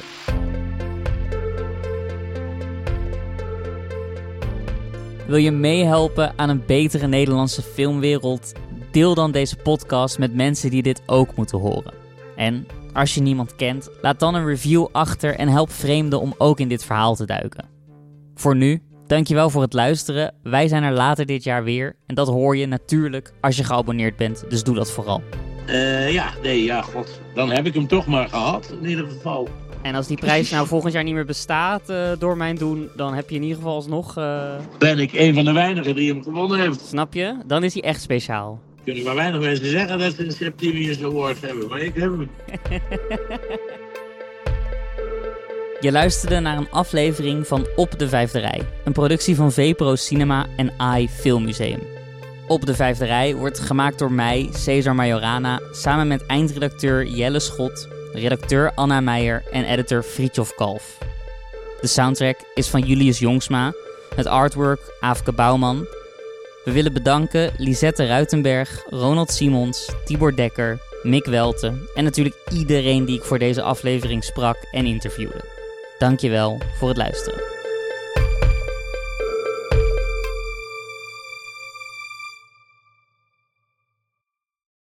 Wil je meehelpen aan een betere Nederlandse filmwereld? Deel dan deze podcast met mensen die dit ook moeten horen. En als je niemand kent, laat dan een review achter en help vreemden om ook in dit verhaal te duiken. Voor nu, dankjewel voor het luisteren. Wij zijn er later dit jaar weer. En dat hoor je natuurlijk als je geabonneerd bent, dus doe dat vooral. Uh, ja, nee, ja, god. Dan heb ik hem toch maar gehad, in ieder geval. En als die prijs nou volgend jaar niet meer bestaat uh, door mijn doen, dan heb je in ieder geval alsnog... Uh... Ben ik een van de weinigen die hem gewonnen heeft. Snap je? Dan is hij echt speciaal. Kunnen maar weinig mensen zeggen dat ze een Septimius Award hebben, maar ik heb hem. Je luisterde naar een aflevering van Op de Vijfde Rij. Een productie van VPRO Cinema en A I Filmmuseum. Op de Vijfde Rij wordt gemaakt door mij, Cesar Majorana, samen met eindredacteur Jelle Schot redacteur Anna Meijer en editor Fritjof Kalf. De soundtrack is van Julius Jongsma, het artwork Aafke Bouwman. We willen bedanken Lisette Ruitenberg, Ronald Simons, Tibor Dekker, Mick Welten en natuurlijk iedereen die ik voor deze aflevering sprak en interviewde. Dankjewel voor het luisteren.